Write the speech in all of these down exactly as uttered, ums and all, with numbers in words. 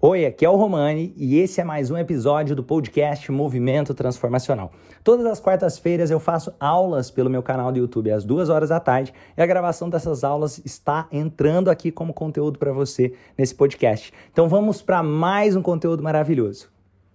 Oi, aqui é o Romani e esse é mais um episódio do podcast Movimento Transformacional. Todas as quartas-feiras eu faço aulas pelo meu canal do YouTube às duas horas da tarde e a gravação dessas aulas está entrando aqui como conteúdo para você nesse podcast. Então vamos para mais um conteúdo maravilhoso.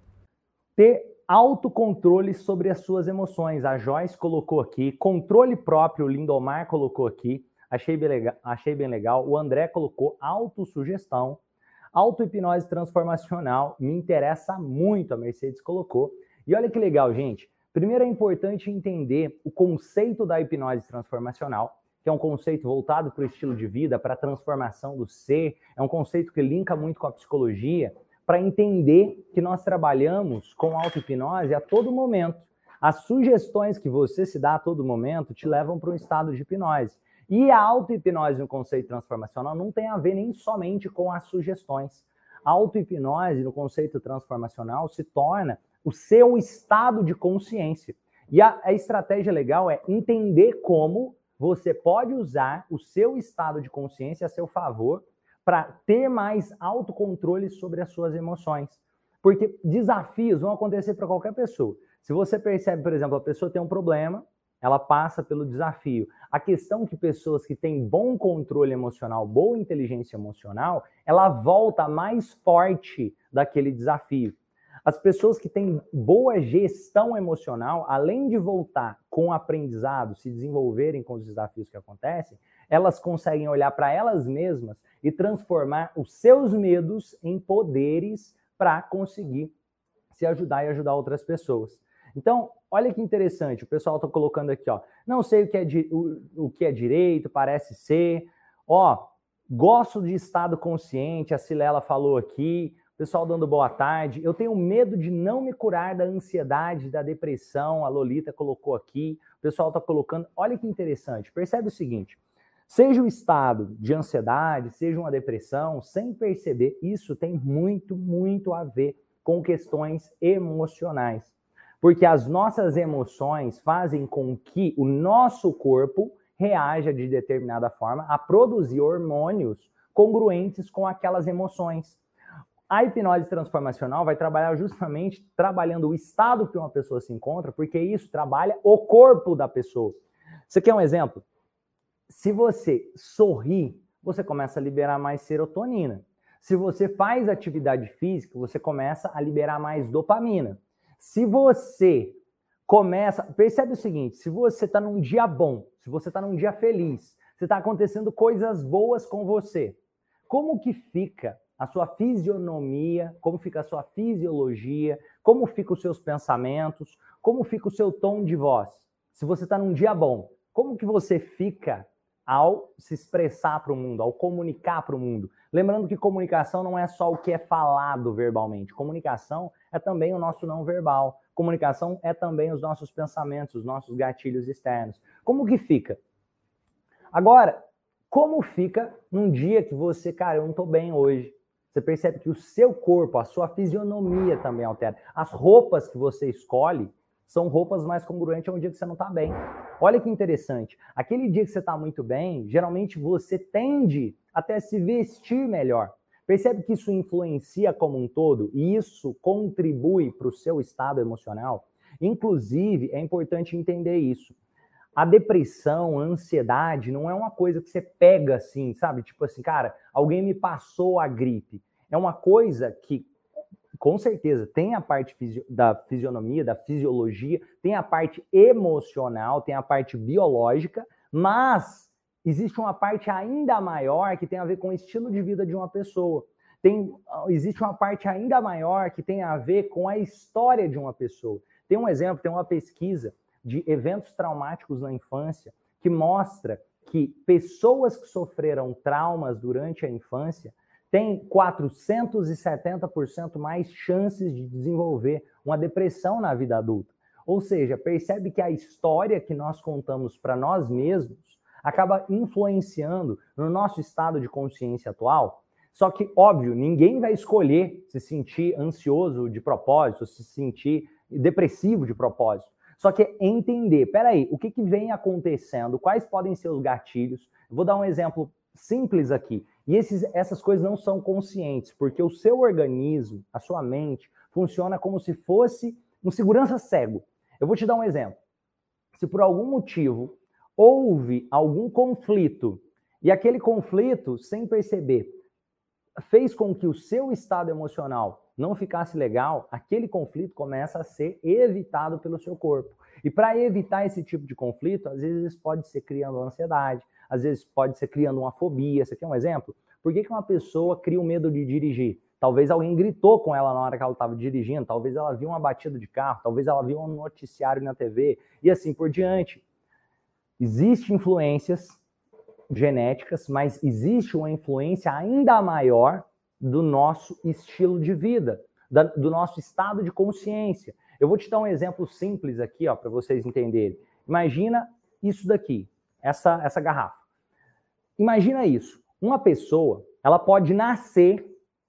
Ter autocontrole sobre as suas emoções. A Joyce colocou aqui, controle próprio, o Lindomar colocou aqui, achei bem legal, achei bem legal. O André colocou autossugestão. Auto-hipnose transformacional, me interessa muito, a Mercedes colocou. E olha que legal, gente. Primeiro é importante entender o conceito da hipnose transformacional, que é um conceito voltado para o estilo de vida, para a transformação do ser. É um conceito que linka muito com a psicologia, para entender que nós trabalhamos com auto-hipnose a todo momento. As sugestões que você se dá a todo momento te levam para um estado de hipnose. E a auto-hipnose no conceito transformacional não tem a ver nem somente com as sugestões. A auto-hipnose no conceito transformacional se torna o seu estado de consciência. E a, a estratégia legal é entender como você pode usar o seu estado de consciência a seu favor para ter mais autocontrole sobre as suas emoções. Porque desafios vão acontecer para qualquer pessoa. Se você percebe, por exemplo, a pessoa tem um problema, ela passa pelo desafio. A questão é que pessoas que têm bom controle emocional, boa inteligência emocional, ela volta mais forte daquele desafio. As pessoas que têm boa gestão emocional, além de voltar com o aprendizado, se desenvolverem com os desafios que acontecem, elas conseguem olhar para elas mesmas e transformar os seus medos em poderes para conseguir se ajudar e ajudar outras pessoas. Então, olha que interessante, o pessoal está colocando aqui, ó, não sei o que, é di- o, o que é direito, parece ser, ó, gosto de estado consciente, a Cilela falou aqui, o pessoal dando boa tarde, eu tenho medo de não me curar da ansiedade, da depressão, a Lolita colocou aqui, o pessoal está colocando, olha que interessante, percebe o seguinte, seja o estado de ansiedade, seja uma depressão, sem perceber, isso tem muito, muito a ver com questões emocionais. Porque as nossas emoções fazem com que o nosso corpo reaja de determinada forma a produzir hormônios congruentes com aquelas emoções. A hipnose transformacional vai trabalhar justamente trabalhando o estado que uma pessoa se encontra, porque isso trabalha o corpo da pessoa. Você quer um exemplo? Se você sorri, você começa a liberar mais serotonina. Se você faz atividade física, você começa a liberar mais dopamina. Se você começa... Percebe o seguinte, se você está num dia bom, se você está num dia feliz, se está acontecendo coisas boas com você, como que fica a sua fisionomia, como fica a sua fisiologia, como ficam os seus pensamentos, como fica o seu tom de voz? Se você está num dia bom, como que você fica ao se expressar para o mundo, ao comunicar para o mundo? Lembrando que comunicação não é só o que é falado verbalmente. Comunicação é também o nosso não verbal. Comunicação é também os nossos pensamentos, os nossos gatilhos externos. Como que fica? Agora, como fica num dia que você, cara, eu não estou bem hoje? Você percebe que o seu corpo, a sua fisionomia também altera. As roupas que você escolhe são roupas mais congruentes a um dia que você não está bem. Olha que interessante. Aquele dia que você está muito bem, geralmente você tende até se vestir melhor. Percebe que isso influencia como um todo e isso contribui para o seu estado emocional? Inclusive, é importante entender isso. A depressão, a ansiedade não é uma coisa que você pega assim, sabe? Tipo assim, cara, alguém me passou a gripe. É uma coisa que, com certeza, tem a parte fisi- da fisionomia, da fisiologia, tem a parte emocional, tem a parte biológica, mas existe uma parte ainda maior que tem a ver com o estilo de vida de uma pessoa. Tem, existe uma parte ainda maior que tem a ver com a história de uma pessoa. Tem um exemplo, tem uma pesquisa de eventos traumáticos na infância que mostra que pessoas que sofreram traumas durante a infância têm quatrocentos e setenta por cento mais chances de desenvolver uma depressão na vida adulta. Ou seja, percebe que a história que nós contamos para nós mesmos acaba influenciando no nosso estado de consciência atual. Só que, óbvio, ninguém vai escolher se sentir ansioso de propósito, se sentir depressivo de propósito. Só que é entender, peraí, o que, que vem acontecendo, quais podem ser os gatilhos. Eu vou dar um exemplo simples aqui. E esses, essas coisas não são conscientes, porque o seu organismo, a sua mente, funciona como se fosse um segurança cego. Eu vou te dar um exemplo. Se por algum motivo houve algum conflito, e aquele conflito, sem perceber, fez com que o seu estado emocional não ficasse legal, aquele conflito começa a ser evitado pelo seu corpo. E para evitar esse tipo de conflito, às vezes pode ser criando ansiedade, às vezes pode ser criando uma fobia. Você quer um exemplo? Por que que uma pessoa cria o medo de dirigir? Talvez alguém gritou com ela na hora que ela estava dirigindo, talvez ela viu uma batida de carro, talvez ela viu um noticiário na T V, e assim por diante. Existem influências genéticas, mas existe uma influência ainda maior do nosso estilo de vida, da, do nosso estado de consciência. Eu vou te dar um exemplo simples aqui, ó, para vocês entenderem. Imagina isso daqui, essa, essa garrafa. Imagina isso. Uma pessoa, ela pode nascer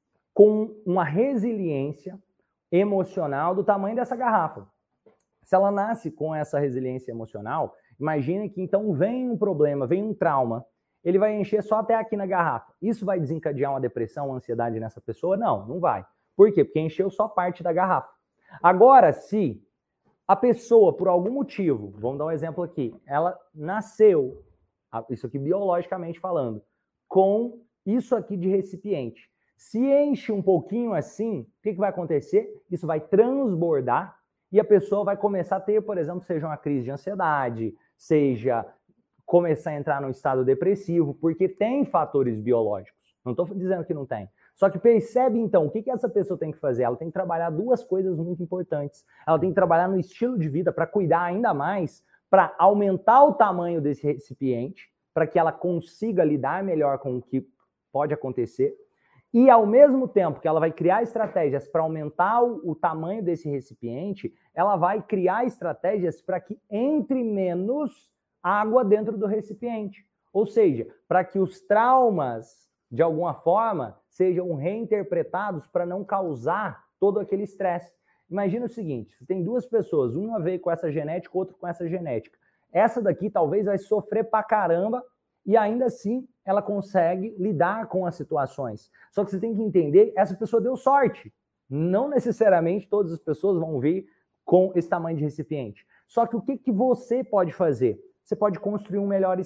com uma resiliência emocional do tamanho dessa garrafa. Se ela nasce com essa resiliência emocional, imagine que então vem um problema, vem um trauma, ele vai encher só até aqui na garrafa. Isso vai desencadear uma depressão, uma ansiedade nessa pessoa? Não, não vai. Por quê? Porque encheu só parte da garrafa. Agora, se a pessoa, por algum motivo, vamos dar um exemplo aqui, ela nasceu, isso aqui biologicamente falando, com isso aqui de recipiente. Se enche um pouquinho assim, o que, que vai acontecer? Isso vai transbordar e a pessoa vai começar a ter, por exemplo, seja uma crise de ansiedade, seja começar a entrar num estado depressivo, porque tem fatores biológicos. Não estou dizendo que não tem. Só que percebe, então, o que, que essa pessoa tem que fazer? Ela tem que trabalhar duas coisas muito importantes. Ela tem que trabalhar no estilo de vida para cuidar ainda mais, para aumentar o tamanho desse recipiente, para que ela consiga lidar melhor com o que pode acontecer. E, ao mesmo tempo que ela vai criar estratégias para aumentar o, o tamanho desse recipiente, ela vai criar estratégias para que entre menos água dentro do recipiente. Ou seja, para que os traumas, de alguma forma, sejam reinterpretados para não causar todo aquele estresse. Imagina o seguinte, você tem duas pessoas, uma veio com essa genética, outra com essa genética. Essa daqui talvez vai sofrer pra caramba e ainda assim ela consegue lidar com as situações. Só que você tem que entender, essa pessoa deu sorte. Não necessariamente todas as pessoas vão vir com esse tamanho de recipiente. Só que o que, que você pode fazer? Você pode construir um melhor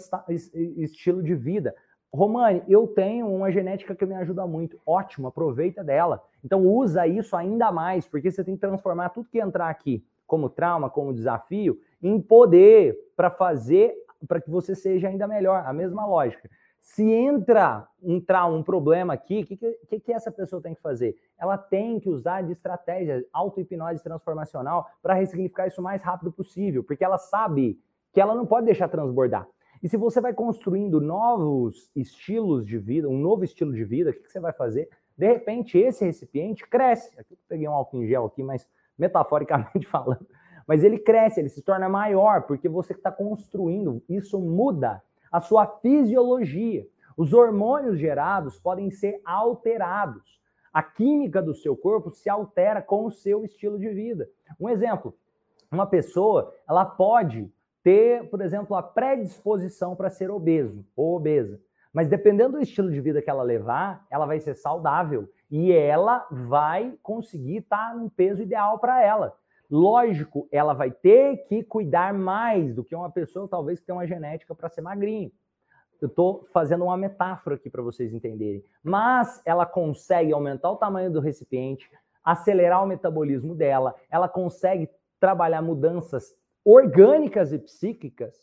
estilo de vida. Romane, eu tenho uma genética que me ajuda muito. Ótimo, aproveita dela. Então usa isso ainda mais, porque você tem que transformar tudo que entrar aqui como trauma, como desafio, em poder para fazer, para que você seja ainda melhor. A mesma lógica. Se entra um trauma, um problema aqui, o que, que, que essa pessoa tem que fazer? Ela tem que usar de estratégia auto-hipnose transformacional para ressignificar isso o mais rápido possível, porque ela sabe que ela não pode deixar transbordar. E se você vai construindo novos estilos de vida, um novo estilo de vida, o que você vai fazer? De repente, esse recipiente cresce. Aqui eu peguei um álcool em gel aqui, mas metaforicamente falando. Mas ele cresce, ele se torna maior, porque você está construindo. Isso muda a sua fisiologia. Os hormônios gerados podem ser alterados. A química do seu corpo se altera com o seu estilo de vida. Um exemplo, uma pessoa, ela pode ter, por exemplo, a predisposição para ser obeso ou obesa. Mas dependendo do estilo de vida que ela levar, ela vai ser saudável e ela vai conseguir estar num peso ideal para ela. Lógico, ela vai ter que cuidar mais do que uma pessoa, talvez, que tem uma genética para ser magrinho. Eu estou fazendo uma metáfora aqui para vocês entenderem. Mas ela consegue aumentar o tamanho do recipiente, acelerar o metabolismo dela, ela consegue trabalhar mudanças orgânicas e psíquicas,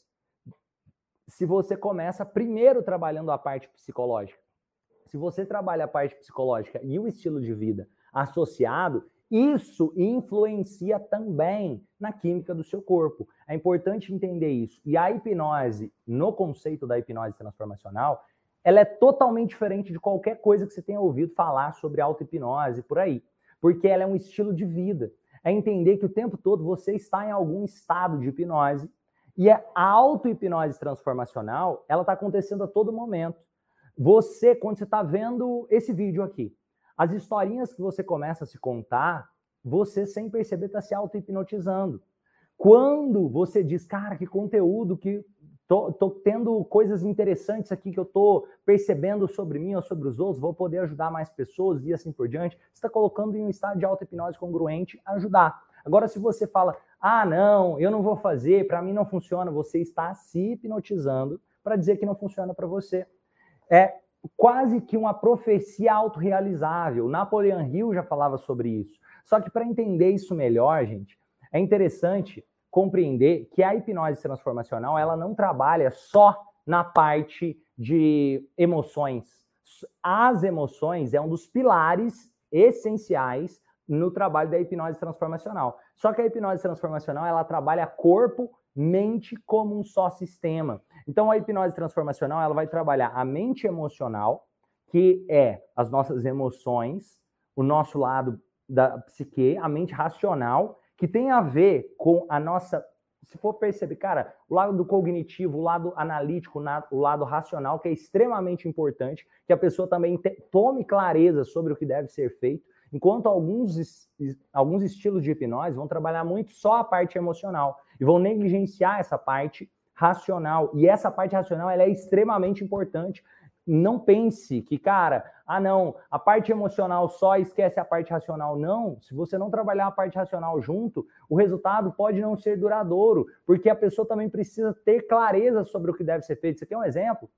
se você começa primeiro trabalhando a parte psicológica. Se você trabalha a parte psicológica e o estilo de vida associado, isso influencia também na química do seu corpo. É importante entender isso. E a hipnose, no conceito da hipnose transformacional, ela é totalmente diferente de qualquer coisa que você tenha ouvido falar sobre auto-hipnose por aí. Porque ela é um estilo de vida. É entender que o tempo todo você está em algum estado de hipnose e a auto-hipnose transformacional, ela está acontecendo a todo momento. Você, quando você está vendo esse vídeo aqui, as historinhas que você começa a se contar, você, sem perceber, está se auto-hipnotizando. Quando você diz, cara, que conteúdo, que, tô, tô tendo coisas interessantes aqui que eu tô percebendo sobre mim ou sobre os outros, vou poder ajudar mais pessoas e assim por diante. Você está colocando em um estado de auto-hipnose congruente a ajudar. Agora, se você fala, ah, não, eu não vou fazer, para mim não funciona, você está se hipnotizando para dizer que não funciona para você. É quase que uma profecia autorrealizável. Napoleon Hill já falava sobre isso. Só que para entender isso melhor, gente, é interessante compreender que a hipnose transformacional, ela não trabalha só na parte de emoções. As emoções é um dos pilares essenciais no trabalho da hipnose transformacional. Só que a hipnose transformacional, ela trabalha corpo, mente como um só sistema. Então, a hipnose transformacional, ela vai trabalhar a mente emocional, que é as nossas emoções, o nosso lado da psique, a mente racional, que tem a ver com a nossa, se for perceber, cara, o lado do cognitivo, o lado analítico, o lado racional, que é extremamente importante, que a pessoa também te, tome clareza sobre o que deve ser feito, enquanto alguns, alguns estilos de hipnose vão trabalhar muito só a parte emocional e vão negligenciar essa parte racional. E essa parte racional, ela é extremamente importante. Não pense que, cara, ah não, a parte emocional só esquece a parte racional. Não, se você não trabalhar a parte racional junto, o resultado pode não ser duradouro, porque a pessoa também precisa ter clareza sobre o que deve ser feito. Você quer um exemplo?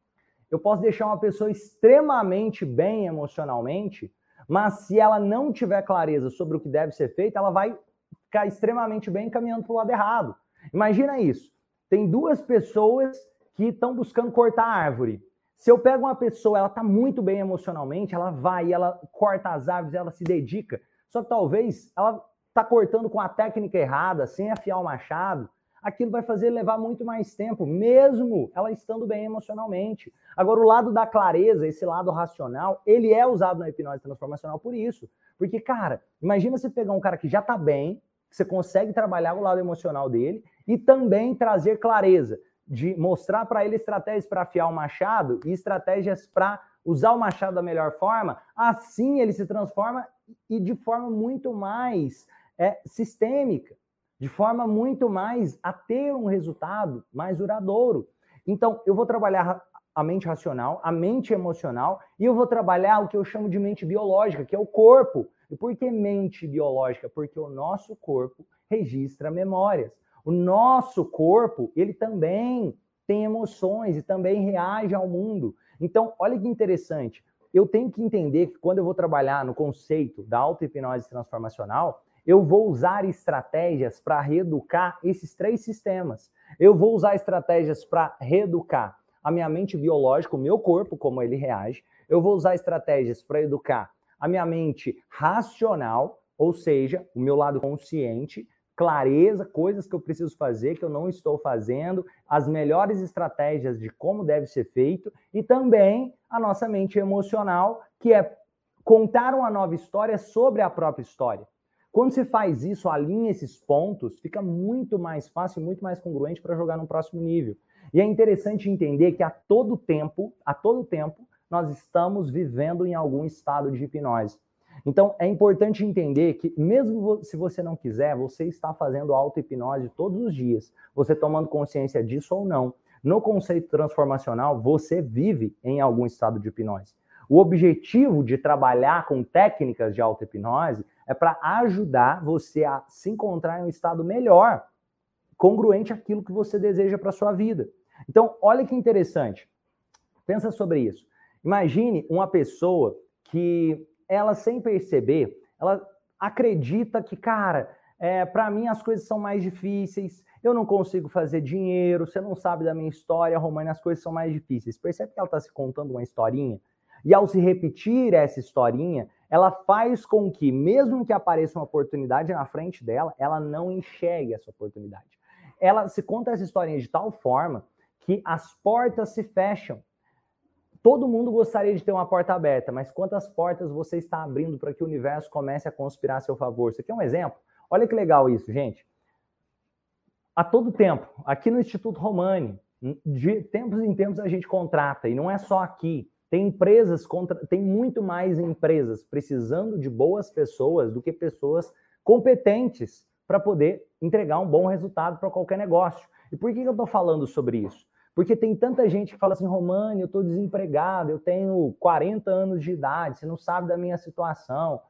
Eu posso deixar uma pessoa extremamente bem emocionalmente, mas se ela não tiver clareza sobre o que deve ser feito, ela vai ficar extremamente bem caminhando para o lado errado. Imagina isso. Tem duas pessoas que estão buscando cortar a árvore. Se eu pego uma pessoa, ela está muito bem emocionalmente, ela vai, ela corta as árvores, ela se dedica. Só que talvez ela está cortando com a técnica errada, sem afiar o machado. Aquilo vai fazer levar muito mais tempo, mesmo ela estando bem emocionalmente. Agora, o lado da clareza, esse lado racional, ele é usado na hipnose transformacional por isso. Porque, cara, imagina você pegar um cara que já está bem, que você consegue trabalhar o lado emocional dele e também trazer clareza, de mostrar para ele estratégias para afiar o machado e estratégias para usar o machado da melhor forma. Assim ele se transforma e de forma muito mais é, sistêmica, de forma muito mais a ter um resultado mais duradouro. Então, eu vou trabalhar a mente racional, a mente emocional, e eu vou trabalhar o que eu chamo de mente biológica, que é o corpo. E por que mente biológica? Porque o nosso corpo registra memórias. O nosso corpo, ele também tem emoções e também reage ao mundo. Então, olha que interessante. Eu tenho que entender que quando eu vou trabalhar no conceito da auto-hipnose transformacional, eu vou usar estratégias para reeducar esses três sistemas. Eu vou usar estratégias para reeducar a minha mente biológica, o meu corpo, como ele reage. Eu vou usar estratégias para educar a minha mente racional, ou seja, o meu lado consciente, clareza, coisas que eu preciso fazer, que eu não estou fazendo, as melhores estratégias de como deve ser feito, e também a nossa mente emocional, que é contar uma nova história sobre a própria história. Quando você faz isso, alinha esses pontos, fica muito mais fácil, muito mais congruente para jogar no próximo nível. E é interessante entender que a todo tempo, a todo tempo, nós estamos vivendo em algum estado de hipnose. Então, é importante entender que, mesmo se você não quiser, você está fazendo auto-hipnose todos os dias. Você tomando consciência disso ou não. No conceito transformacional, você vive em algum estado de hipnose. O objetivo de trabalhar com técnicas de auto-hipnose é para ajudar você a se encontrar em um estado melhor, congruente àquilo que você deseja para a sua vida. Então, olha que interessante. Pensa sobre isso. Imagine uma pessoa que ela, sem perceber, ela acredita que, cara, é, para mim as coisas são mais difíceis, eu não consigo fazer dinheiro, você não sabe da minha história, România, as coisas são mais difíceis. Percebe que ela está se contando uma historinha? E ao se repetir essa historinha, ela faz com que, mesmo que apareça uma oportunidade na frente dela, ela não enxergue essa oportunidade. Ela se conta essa historinha de tal forma que as portas se fecham. Todo mundo gostaria de ter uma porta aberta, mas quantas portas você está abrindo para que o universo comece a conspirar a seu favor? Você quer um exemplo? Olha que legal isso, gente. A todo tempo, aqui no Instituto Romani, de tempos em tempos a gente contrata, e não é só aqui. Tem empresas, contra... tem muito mais empresas precisando de boas pessoas do que pessoas competentes para poder entregar um bom resultado para qualquer negócio. E por que eu estou falando sobre isso? Porque tem tanta gente que fala assim, Romani, eu estou desempregado, eu tenho quarenta anos de idade, você não sabe da minha situação.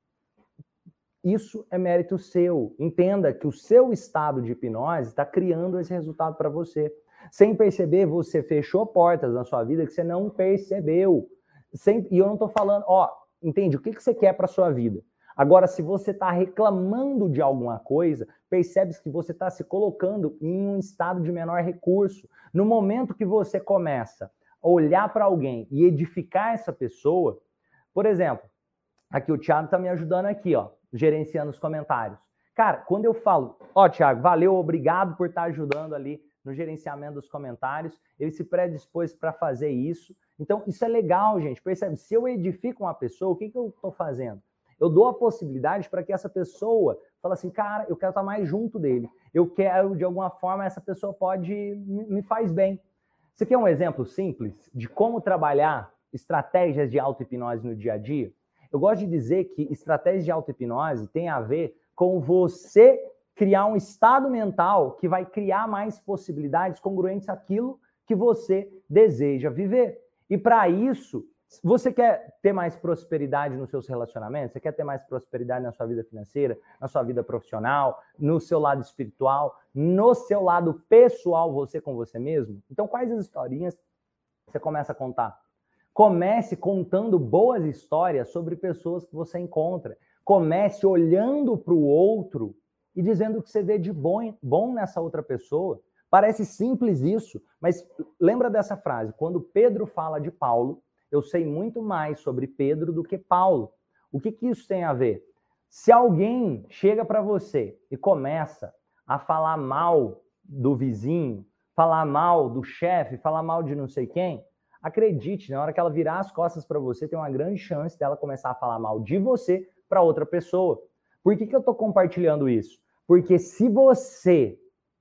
Isso é mérito seu. Entenda que o seu estado de hipnose está criando esse resultado para você. Sem perceber, você fechou portas na sua vida que você não percebeu. Sem... E eu não estou falando, ó, entende, o que, que você quer para sua vida? Agora, se você está reclamando de alguma coisa, percebe que você está se colocando em um estado de menor recurso. No momento que você começa a olhar para alguém e edificar essa pessoa, por exemplo, aqui o Thiago está me ajudando aqui, ó, gerenciando os comentários. Cara, quando eu falo, ó, Thiago, valeu, obrigado por estar ajudando ali no gerenciamento dos comentários, ele se predispôs para fazer isso. Então, isso é legal, gente, percebe? Se eu edifico uma pessoa, o que, que eu estou fazendo? Eu dou a possibilidade para que essa pessoa fale assim, cara, eu quero estar mais junto dele. Eu quero, de alguma forma, essa pessoa pode, me faz bem. Você quer um exemplo simples de como trabalhar estratégias de auto-hipnose no dia a dia? Eu gosto de dizer que estratégias de auto-hipnose tem a ver com você criar um estado mental que vai criar mais possibilidades congruentes àquilo que você deseja viver. E para isso, você quer ter mais prosperidade nos seus relacionamentos? Você quer ter mais prosperidade na sua vida financeira, na sua vida profissional, no seu lado espiritual, no seu lado pessoal, você com você mesmo? Então, quais as historinhas você começa a contar? Comece contando boas histórias sobre pessoas que você encontra. Comece olhando para o outro e dizendo o que você vê de bom, bom nessa outra pessoa. Parece simples isso, mas lembra dessa frase. Quando Pedro fala de Paulo, eu sei muito mais sobre Pedro do que Paulo. O que, que isso tem a ver? Se alguém chega para você e começa a falar mal do vizinho, falar mal do chefe, falar mal de não sei quem, acredite, na hora que ela virar as costas para você, tem uma grande chance dela começar a falar mal de você para outra pessoa. Por que, que eu estou compartilhando isso? Porque se você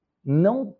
não,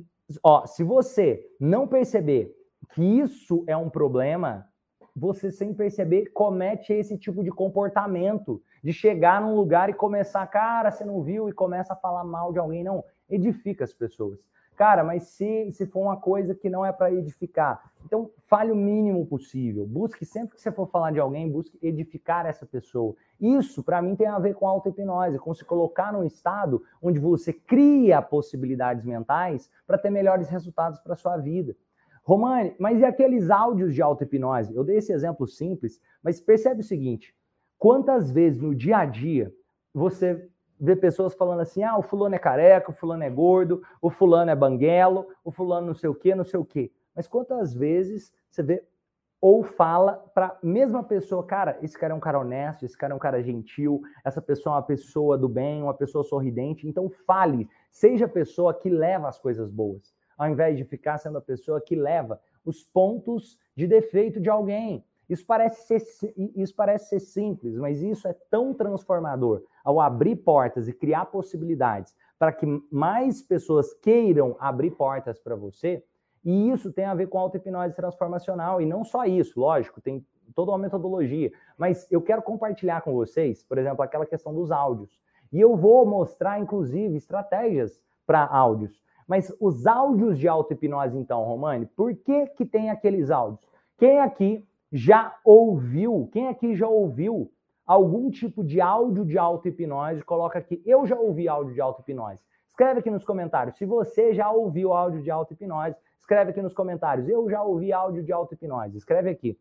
ó, se você não perceber que isso é um problema, você, sem perceber, comete esse tipo de comportamento, de chegar num lugar e começar, cara, você não viu, e começa a falar mal de alguém. Não, edifica as pessoas. Cara, mas se, se for uma coisa que não é para edificar, então fale o mínimo possível. Busque, sempre que você for falar de alguém, busque edificar essa pessoa. Isso, para mim, tem a ver com auto-hipnose, com se colocar num estado onde você cria possibilidades mentais para ter melhores resultados para sua vida. Romani, mas e aqueles áudios de auto-hipnose? Eu dei esse exemplo simples, mas percebe o seguinte, quantas vezes no dia a dia você vê pessoas falando assim, ah, o fulano é careca, o fulano é gordo, o fulano é banguelo, o fulano não sei o quê, não sei o quê. Mas quantas vezes você vê ou fala para a mesma pessoa, cara, esse cara é um cara honesto, esse cara é um cara gentil, essa pessoa é uma pessoa do bem, uma pessoa sorridente, então fale, seja a pessoa que leva as coisas boas, ao invés de ficar sendo a pessoa que leva os pontos de defeito de alguém. Isso parece ser, isso parece ser simples, mas isso é tão transformador ao abrir portas e criar possibilidades para que mais pessoas queiram abrir portas para você. E isso tem a ver com auto-hipnose transformacional. E não só isso, lógico, tem toda uma metodologia. Mas eu quero compartilhar com vocês, por exemplo, aquela questão dos áudios. E eu vou mostrar, inclusive, estratégias para áudios. Mas os áudios de auto-hipnose, então, Romani, por que que tem aqueles áudios? Quem aqui já ouviu, quem aqui já ouviu algum tipo de áudio de auto-hipnose? Coloca aqui, eu já ouvi áudio de auto-hipnose. Escreve aqui nos comentários, se você já ouviu áudio de auto-hipnose, escreve aqui nos comentários, eu já ouvi áudio de auto-hipnose, escreve aqui.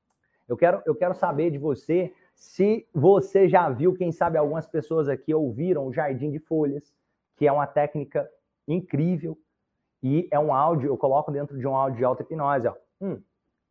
Eu quero, eu quero saber de você se você já viu, quem sabe algumas pessoas aqui ouviram o Jardim de Folhas, que é uma técnica incrível, e é um áudio, eu coloco dentro de um áudio de auto-hipnose, ó. Hum.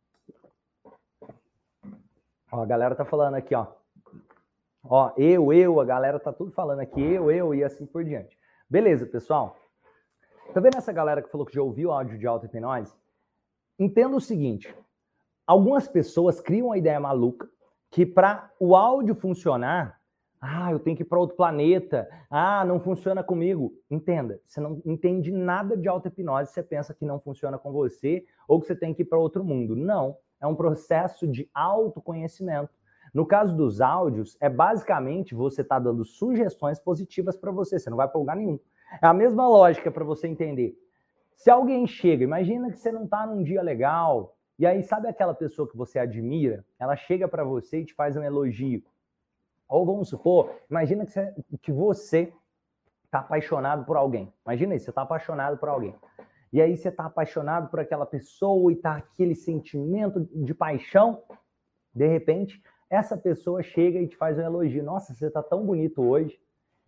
Ó, a galera tá falando aqui, ó. Ó, eu, eu, a galera tá tudo falando aqui, eu, eu e assim por diante. Beleza, pessoal? Tá vendo essa galera que falou que já ouviu áudio de auto-hipnose? Entenda o seguinte, algumas pessoas criam uma ideia maluca que para o áudio funcionar, ah, eu tenho que ir para outro planeta, ah, não funciona comigo. Entenda, você não entende nada de auto-hipnose, você pensa que não funciona com você ou que você tem que ir para outro mundo. Não, é um processo de autoconhecimento. No caso dos áudios, é basicamente você tá dando sugestões positivas para você, você não vai para lugar nenhum. É a mesma lógica para você entender. Se alguém chega, imagina que você não está num dia legal, e aí sabe aquela pessoa que você admira? Ela chega para você e te faz um elogio. Ou vamos supor, imagina que você que você está apaixonado por alguém. Imagina isso, você está apaixonado por alguém. E aí você está apaixonado por aquela pessoa e está aquele sentimento de paixão. De repente, essa pessoa chega e te faz um elogio. Nossa, você está tão bonito hoje.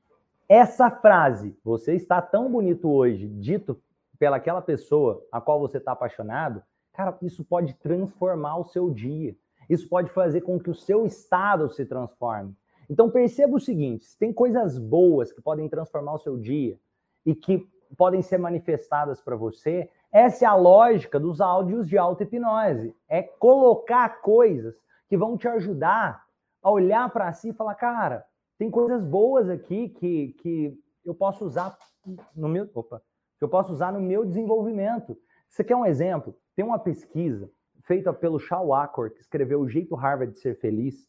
Essa frase, você está tão bonito hoje, dito pelaquela pessoa a qual você está apaixonado, cara, isso pode transformar o seu dia. Isso pode fazer com que o seu estado se transforme. Então perceba o seguinte, tem coisas boas que podem transformar o seu dia e que podem ser manifestadas para você, essa é a lógica dos áudios de auto-hipnose. É colocar coisas que vão te ajudar a olhar para si e falar, cara, tem coisas boas aqui que, que eu posso usar no meu, opa, que eu posso usar no meu desenvolvimento. Você quer um exemplo? Tem uma pesquisa feita pelo Shal Achor, que escreveu O Jeito Harvard de Ser Feliz,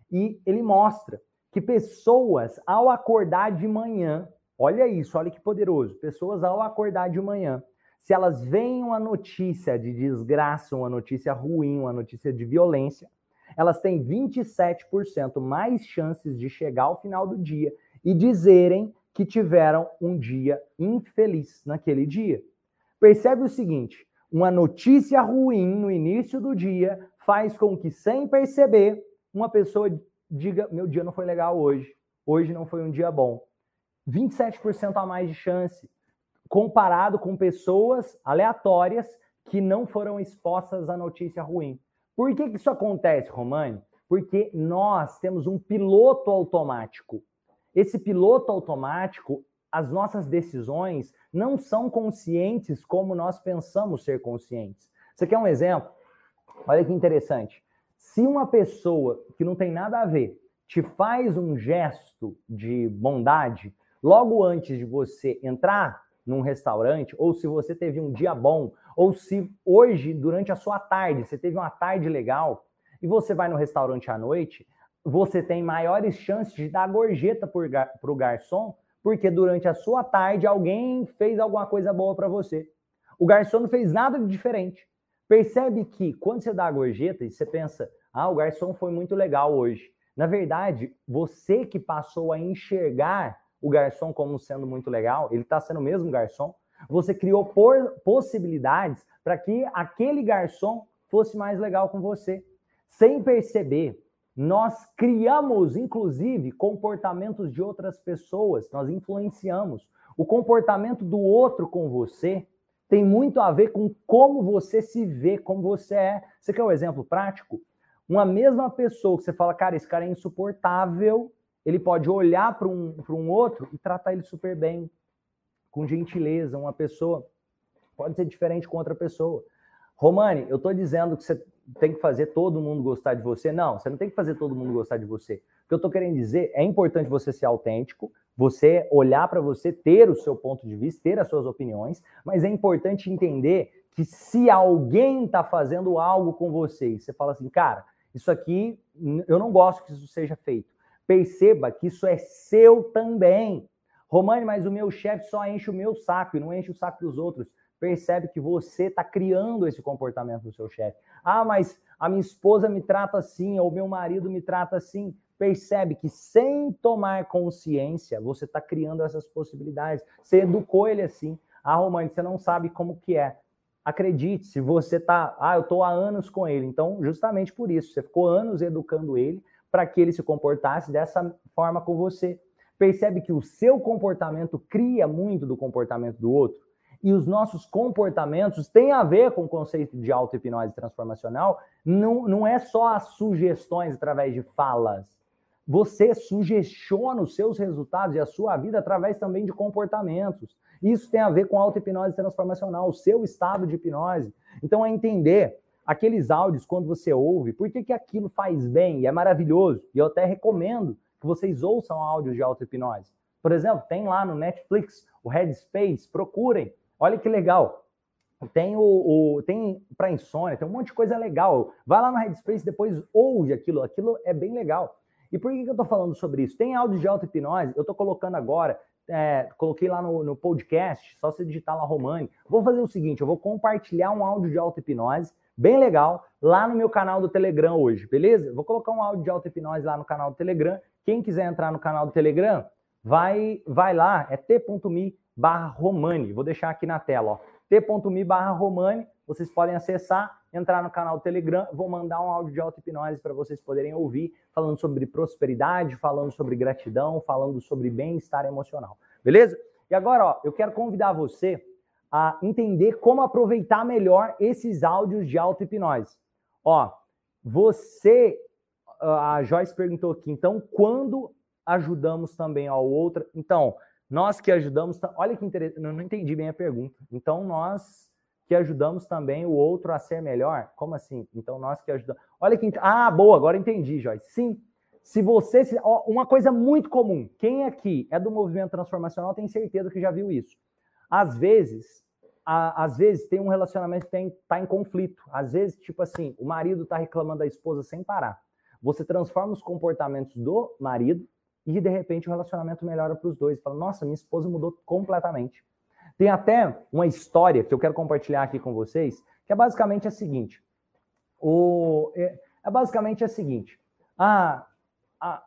e ele mostra que pessoas, ao acordar de manhã, olha isso, olha que poderoso, pessoas ao acordar de manhã, se elas veem uma notícia de desgraça, uma notícia ruim, uma notícia de violência, elas têm vinte e sete por cento mais chances de chegar ao final do dia e dizerem que tiveram um dia infeliz naquele dia. Percebe o seguinte, uma notícia ruim no início do dia faz com que, sem perceber, uma pessoa diga, meu dia não foi legal hoje, hoje não foi um dia bom. vinte e sete por cento a mais de chance, comparado com pessoas aleatórias que não foram expostas à notícia ruim. Por que que isso acontece, Romani? Porque nós temos um piloto automático. Esse piloto automático, as nossas decisões não são conscientes como nós pensamos ser conscientes. Você quer um exemplo? Olha que interessante. Se uma pessoa que não tem nada a ver te faz um gesto de bondade, logo antes de você entrar num restaurante, ou se você teve um dia bom, ou se hoje, durante a sua tarde, você teve uma tarde legal, e você vai no restaurante à noite, você tem maiores chances de dar gorjeta para o garçom, porque durante a sua tarde alguém fez alguma coisa boa para você. O garçom não fez nada de diferente. Percebe que quando você dá a gorjeta e você pensa, ah, o garçom foi muito legal hoje. Na verdade, você que passou a enxergar o garçom como sendo muito legal, ele está sendo o mesmo garçom, você criou por, possibilidades para que aquele garçom fosse mais legal com você. Sem perceber, nós criamos, inclusive, comportamentos de outras pessoas, nós influenciamos. O comportamento do outro com você tem muito a ver com como você se vê, como você é. Você quer um exemplo prático? Uma mesma pessoa que você fala, cara, esse cara é insuportável, ele pode olhar para um, para um outro e tratar ele super bem, com gentileza. Uma pessoa pode ser diferente com outra pessoa. Romani, eu estou dizendo que você tem que fazer todo mundo gostar de você. Não, você não tem que fazer todo mundo gostar de você. O que eu estou querendo dizer, é importante você ser autêntico, você olhar para você, ter o seu ponto de vista, ter as suas opiniões, mas é importante entender que se alguém está fazendo algo com você e você fala assim, cara, isso aqui, eu não gosto que isso seja feito. Perceba que isso é seu também. Romani, mas o meu chefe só enche o meu saco e não enche o saco dos outros. Percebe que você está criando esse comportamento do seu chefe. Ah, mas a minha esposa me trata assim, ou meu marido me trata assim. Percebe que sem tomar consciência, você está criando essas possibilidades. Você educou ele assim. Ah, Romani, você não sabe como que é. Acredite, se você está... Ah, eu estou há anos com ele. Então, justamente por isso, você ficou anos educando ele para que ele se comportasse dessa forma com você. Percebe que o seu comportamento cria muito do comportamento do outro? E os nossos comportamentos têm a ver com o conceito de auto-hipnose transformacional. Não, não é só as sugestões através de falas. Você sugestiona os seus resultados e a sua vida através também de comportamentos. Isso tem a ver com auto-hipnose transformacional, o seu estado de hipnose. Então, é entender aqueles áudios, quando você ouve, por que que aquilo faz bem e é maravilhoso. E eu até recomendo que vocês ouçam áudios de auto-hipnose. Por exemplo, tem lá no Netflix, o Headspace, procurem. Olha que legal. Tem o, o tem para insônia, tem um monte de coisa legal. Vai lá no Headspace, depois ouve aquilo. Aquilo é bem legal. E por que que eu estou falando sobre isso? Tem áudio de auto-hipnose, eu estou colocando agora é, coloquei lá no, no podcast, só você digitar lá Romani. Vou fazer o seguinte, eu vou compartilhar um áudio de auto-hipnose, bem legal, lá no meu canal do Telegram hoje, beleza? Vou colocar um áudio de auto-hipnose lá no canal do Telegram. Quem quiser entrar no canal do Telegram, vai, vai lá, é t.me barra Romani. Vou deixar aqui na tela, ó. t.me barra Romani. Vocês podem acessar, entrar no canal do Telegram. Vou mandar um áudio de auto-hipnose para vocês poderem ouvir, falando sobre prosperidade, falando sobre gratidão, falando sobre bem-estar emocional. Beleza? E agora, ó, eu quero convidar você a entender como aproveitar melhor esses áudios de auto-hipnose. Ó, você, a Joyce perguntou aqui, então, quando ajudamos também ao outro? Então, nós que ajudamos, olha que interessante, eu não entendi bem a pergunta. Então, nós que ajudamos também o outro a ser melhor? Como assim? Então, nós que ajudamos... Olha que... Ah, boa, agora entendi, Joyce. Sim, se você... Ó, uma coisa muito comum, quem aqui é do movimento transformacional tem certeza que já viu isso. Às vezes, a, às vezes tem um relacionamento que tem, tá em conflito. Às vezes, tipo assim, o marido tá reclamando da esposa sem parar. Você transforma os comportamentos do marido e, de repente, o relacionamento melhora para os dois. Fala, nossa, minha esposa mudou completamente. Tem até uma história que eu quero compartilhar aqui com vocês, que é basicamente a seguinte. O, é, é basicamente a seguinte. A, a,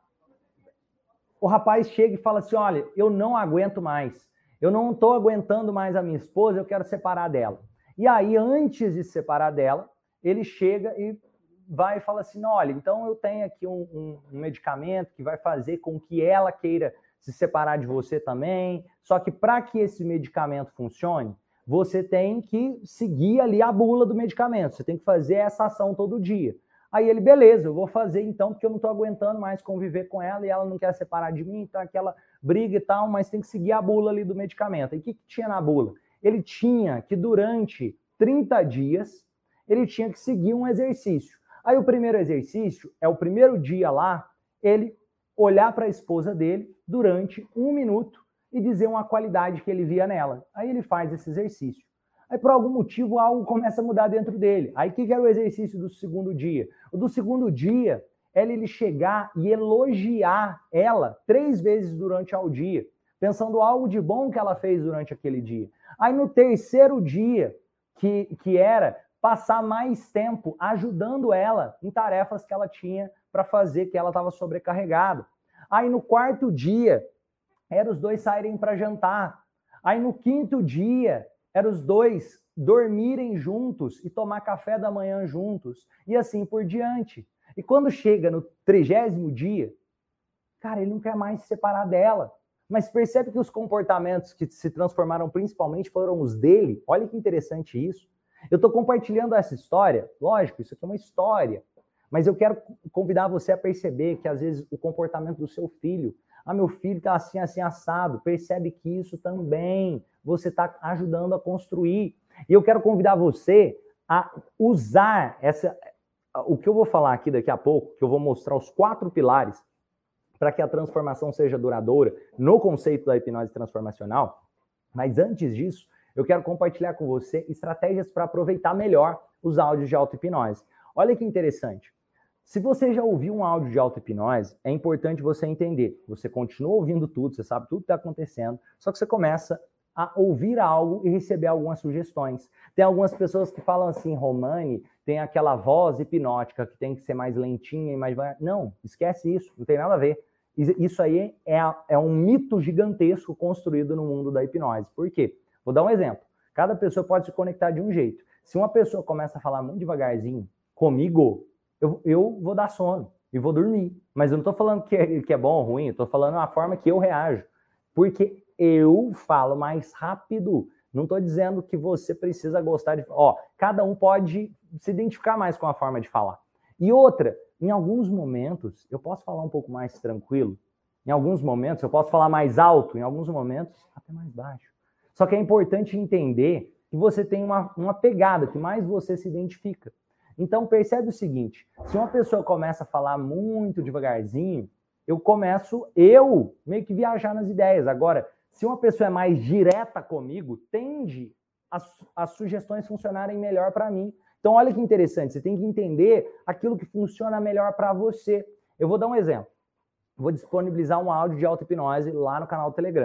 o rapaz chega e fala assim, olha, eu não aguento mais. Eu não estou aguentando mais a minha esposa, eu quero separar dela. E aí, antes de separar dela, ele chega e vai e fala assim, olha, então eu tenho aqui um, um, um medicamento que vai fazer com que ela queira se separar de você também, só que para que esse medicamento funcione, você tem que seguir ali a bula do medicamento, você tem que fazer essa ação todo dia. Aí ele, beleza, eu vou fazer então, porque eu não estou aguentando mais conviver com ela e ela não quer separar de mim, então aquela briga e tal, mas tem que seguir a bula ali do medicamento. E o que, que tinha na bula? Ele tinha que durante trinta dias, ele tinha que seguir um exercício. Aí o primeiro exercício é o primeiro dia lá, ele olhar para a esposa dele durante um minuto e dizer uma qualidade que ele via nela. Aí ele faz esse exercício. Aí, por algum motivo, algo começa a mudar dentro dele. Aí, o que era o exercício do segundo dia? O do segundo dia é ele chegar e elogiar ela três vezes durante o dia, pensando algo de bom que ela fez durante aquele dia. Aí, no terceiro dia, que, que era passar mais tempo ajudando ela em tarefas que ela tinha para fazer, que ela estava sobrecarregada. Aí no quarto dia, era os dois saírem para jantar. Aí no quinto dia, era os dois dormirem juntos e tomar café da manhã juntos. E assim por diante. E quando chega no trigésimo dia, cara, ele não quer mais se separar dela. Mas percebe que os comportamentos que se transformaram principalmente foram os dele. Olha que interessante isso. Eu estou compartilhando essa história. Lógico, isso aqui é uma história. Mas eu quero convidar você a perceber que, às vezes, o comportamento do seu filho, ah, meu filho está assim, assim, assado, percebe que isso também você está ajudando a construir. E eu quero convidar você a usar essa, o que eu vou falar aqui daqui a pouco, que eu vou mostrar os quatro pilares para que a transformação seja duradoura no conceito da hipnose transformacional. Mas antes disso, eu quero compartilhar com você estratégias para aproveitar melhor os áudios de auto-hipnose. Olha que interessante. Se você já ouviu um áudio de auto-hipnose, é importante você entender. Você continua ouvindo tudo, você sabe tudo que está acontecendo, só que você começa a ouvir algo e receber algumas sugestões. Tem algumas pessoas que falam assim, Romani, tem aquela voz hipnótica que tem que ser mais lentinha e mais... Não, esquece isso, não tem nada a ver. Isso aí é, é um mito gigantesco construído no mundo da hipnose. Por quê? Vou dar um exemplo. Cada pessoa pode se conectar de um jeito. Se uma pessoa começa a falar muito devagarzinho comigo, eu, eu vou dar sono e vou dormir. Mas eu não estou falando que é, que é bom ou ruim, eu estou falando a forma que eu reajo. Porque eu falo mais rápido. Não estou dizendo que você precisa gostar de... Ó, cada um pode se identificar mais com a forma de falar. E outra, em alguns momentos, eu posso falar um pouco mais tranquilo. Em alguns momentos, eu posso falar mais alto. Em alguns momentos, até mais baixo. Só que é importante entender que você tem uma, uma pegada, que mais você se identifica. Então, percebe o seguinte, se uma pessoa começa a falar muito devagarzinho, eu começo, eu, meio que viajar nas ideias. Agora, se uma pessoa é mais direta comigo, tende as, as sugestões funcionarem melhor para mim. Então, olha que interessante, você tem que entender aquilo que funciona melhor para você. Eu vou dar um exemplo. Vou disponibilizar um áudio de auto-hipnose lá no canal do Telegram.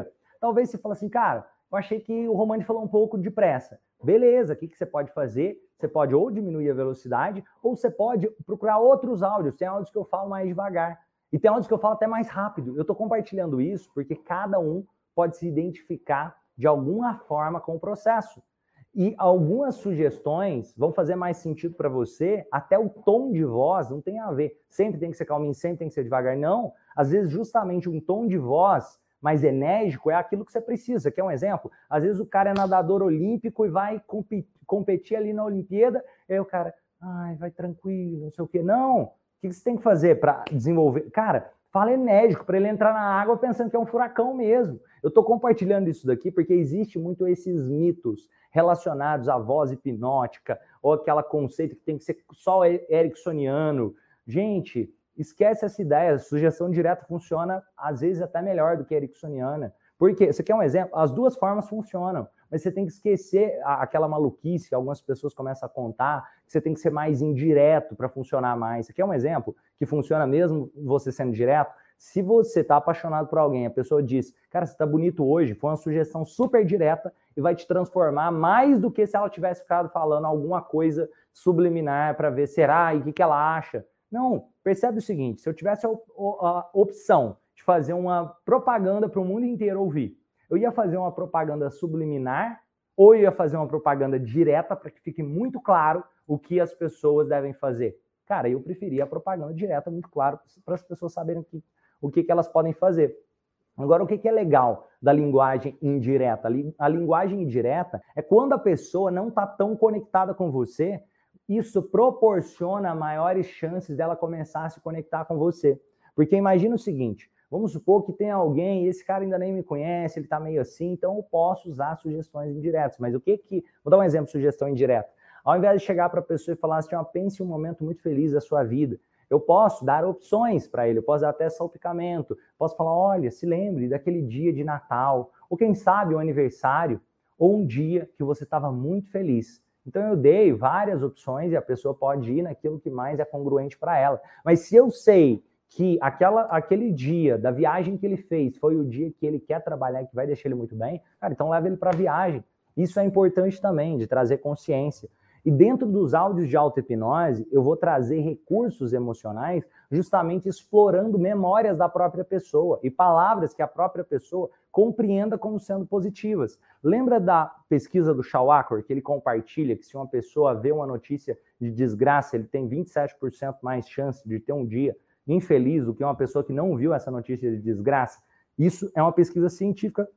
Talvez você fale assim, cara, eu achei que o Romani falou um pouco depressa. Beleza, o que, que você pode fazer? Você pode ou diminuir a velocidade, ou você pode procurar outros áudios. Tem áudios que eu falo mais devagar. E tem áudios que eu falo até mais rápido. Eu estou compartilhando isso porque cada um pode se identificar de alguma forma com o processo. E algumas sugestões vão fazer mais sentido para você, até o tom de voz não tem a ver. Sempre tem que ser calminho, sempre tem que ser devagar. Não, às vezes justamente um tom de voz mais enérgico é aquilo que você precisa. Você quer um exemplo? Às vezes o cara é nadador olímpico e vai competir ali na Olimpíada, e aí o cara, ai, vai tranquilo, não sei o quê. Não, o que você tem que fazer para desenvolver? Cara, fala enérgico, para ele entrar na água pensando que é um furacão mesmo. Eu estou compartilhando isso daqui porque existe muito esses mitos relacionados à voz hipnótica, ou aquele conceito que tem que ser só ericksoniano. Gente, esquece essa ideia, a sugestão direta funciona, às vezes, até melhor do que a ericksoniana. Porque, você quer um exemplo? As duas formas funcionam, mas você tem que esquecer aquela maluquice que algumas pessoas começam a contar, que você tem que ser mais indireto para funcionar mais. Você quer um exemplo que funciona mesmo você sendo direto? Se você está apaixonado por alguém, a pessoa diz, cara, você está bonito hoje, foi uma sugestão super direta e vai te transformar mais do que se ela tivesse ficado falando alguma coisa subliminar para ver, será, e o que, que ela acha. Não, percebe o seguinte, se eu tivesse a, a opção de fazer uma propaganda para o mundo inteiro ouvir, eu ia fazer uma propaganda subliminar ou eu ia fazer uma propaganda direta para que fique muito claro o que as pessoas devem fazer? Cara, eu preferia a propaganda direta, muito claro, para as pessoas saberem que, o que, que elas podem fazer. Agora, o que, que é legal da linguagem indireta? A linguagem indireta é quando a pessoa não está tão conectada com você, isso proporciona maiores chances dela começar a se conectar com você. Porque imagina o seguinte, vamos supor que tem alguém, e esse cara ainda nem me conhece, ele está meio assim, então eu posso usar sugestões indiretas. Mas o que que... Vou dar um exemplo de sugestão indireta. Ao invés de chegar para a pessoa e falar assim, ó, pense em um momento muito feliz da sua vida, eu posso dar opções para ele, eu posso dar até salpicamento, posso falar, olha, se lembre daquele dia de Natal, ou quem sabe um aniversário, ou um dia que você estava muito feliz. Então eu dei várias opções e a pessoa pode ir naquilo que mais é congruente para ela. Mas se eu sei que aquela, aquele dia da viagem que ele fez foi o dia que ele quer trabalhar e que vai deixar ele muito bem, cara, então leva ele para a viagem. Isso é importante também, de trazer consciência. E dentro dos áudios de auto-hipnose, eu vou trazer recursos emocionais justamente explorando memórias da própria pessoa e palavras que a própria pessoa compreenda como sendo positivas. Lembra da pesquisa do Shawakor, que ele compartilha que se uma pessoa vê uma notícia de desgraça, ele tem vinte e sete por cento mais chance de ter um dia infeliz do que uma pessoa que não viu essa notícia de desgraça? Isso é uma pesquisa científica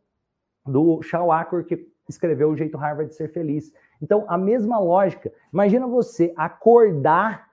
do Shawakor, que escreveu O Jeito Harvard de Ser Feliz. Então, a mesma lógica. Imagina você acordar,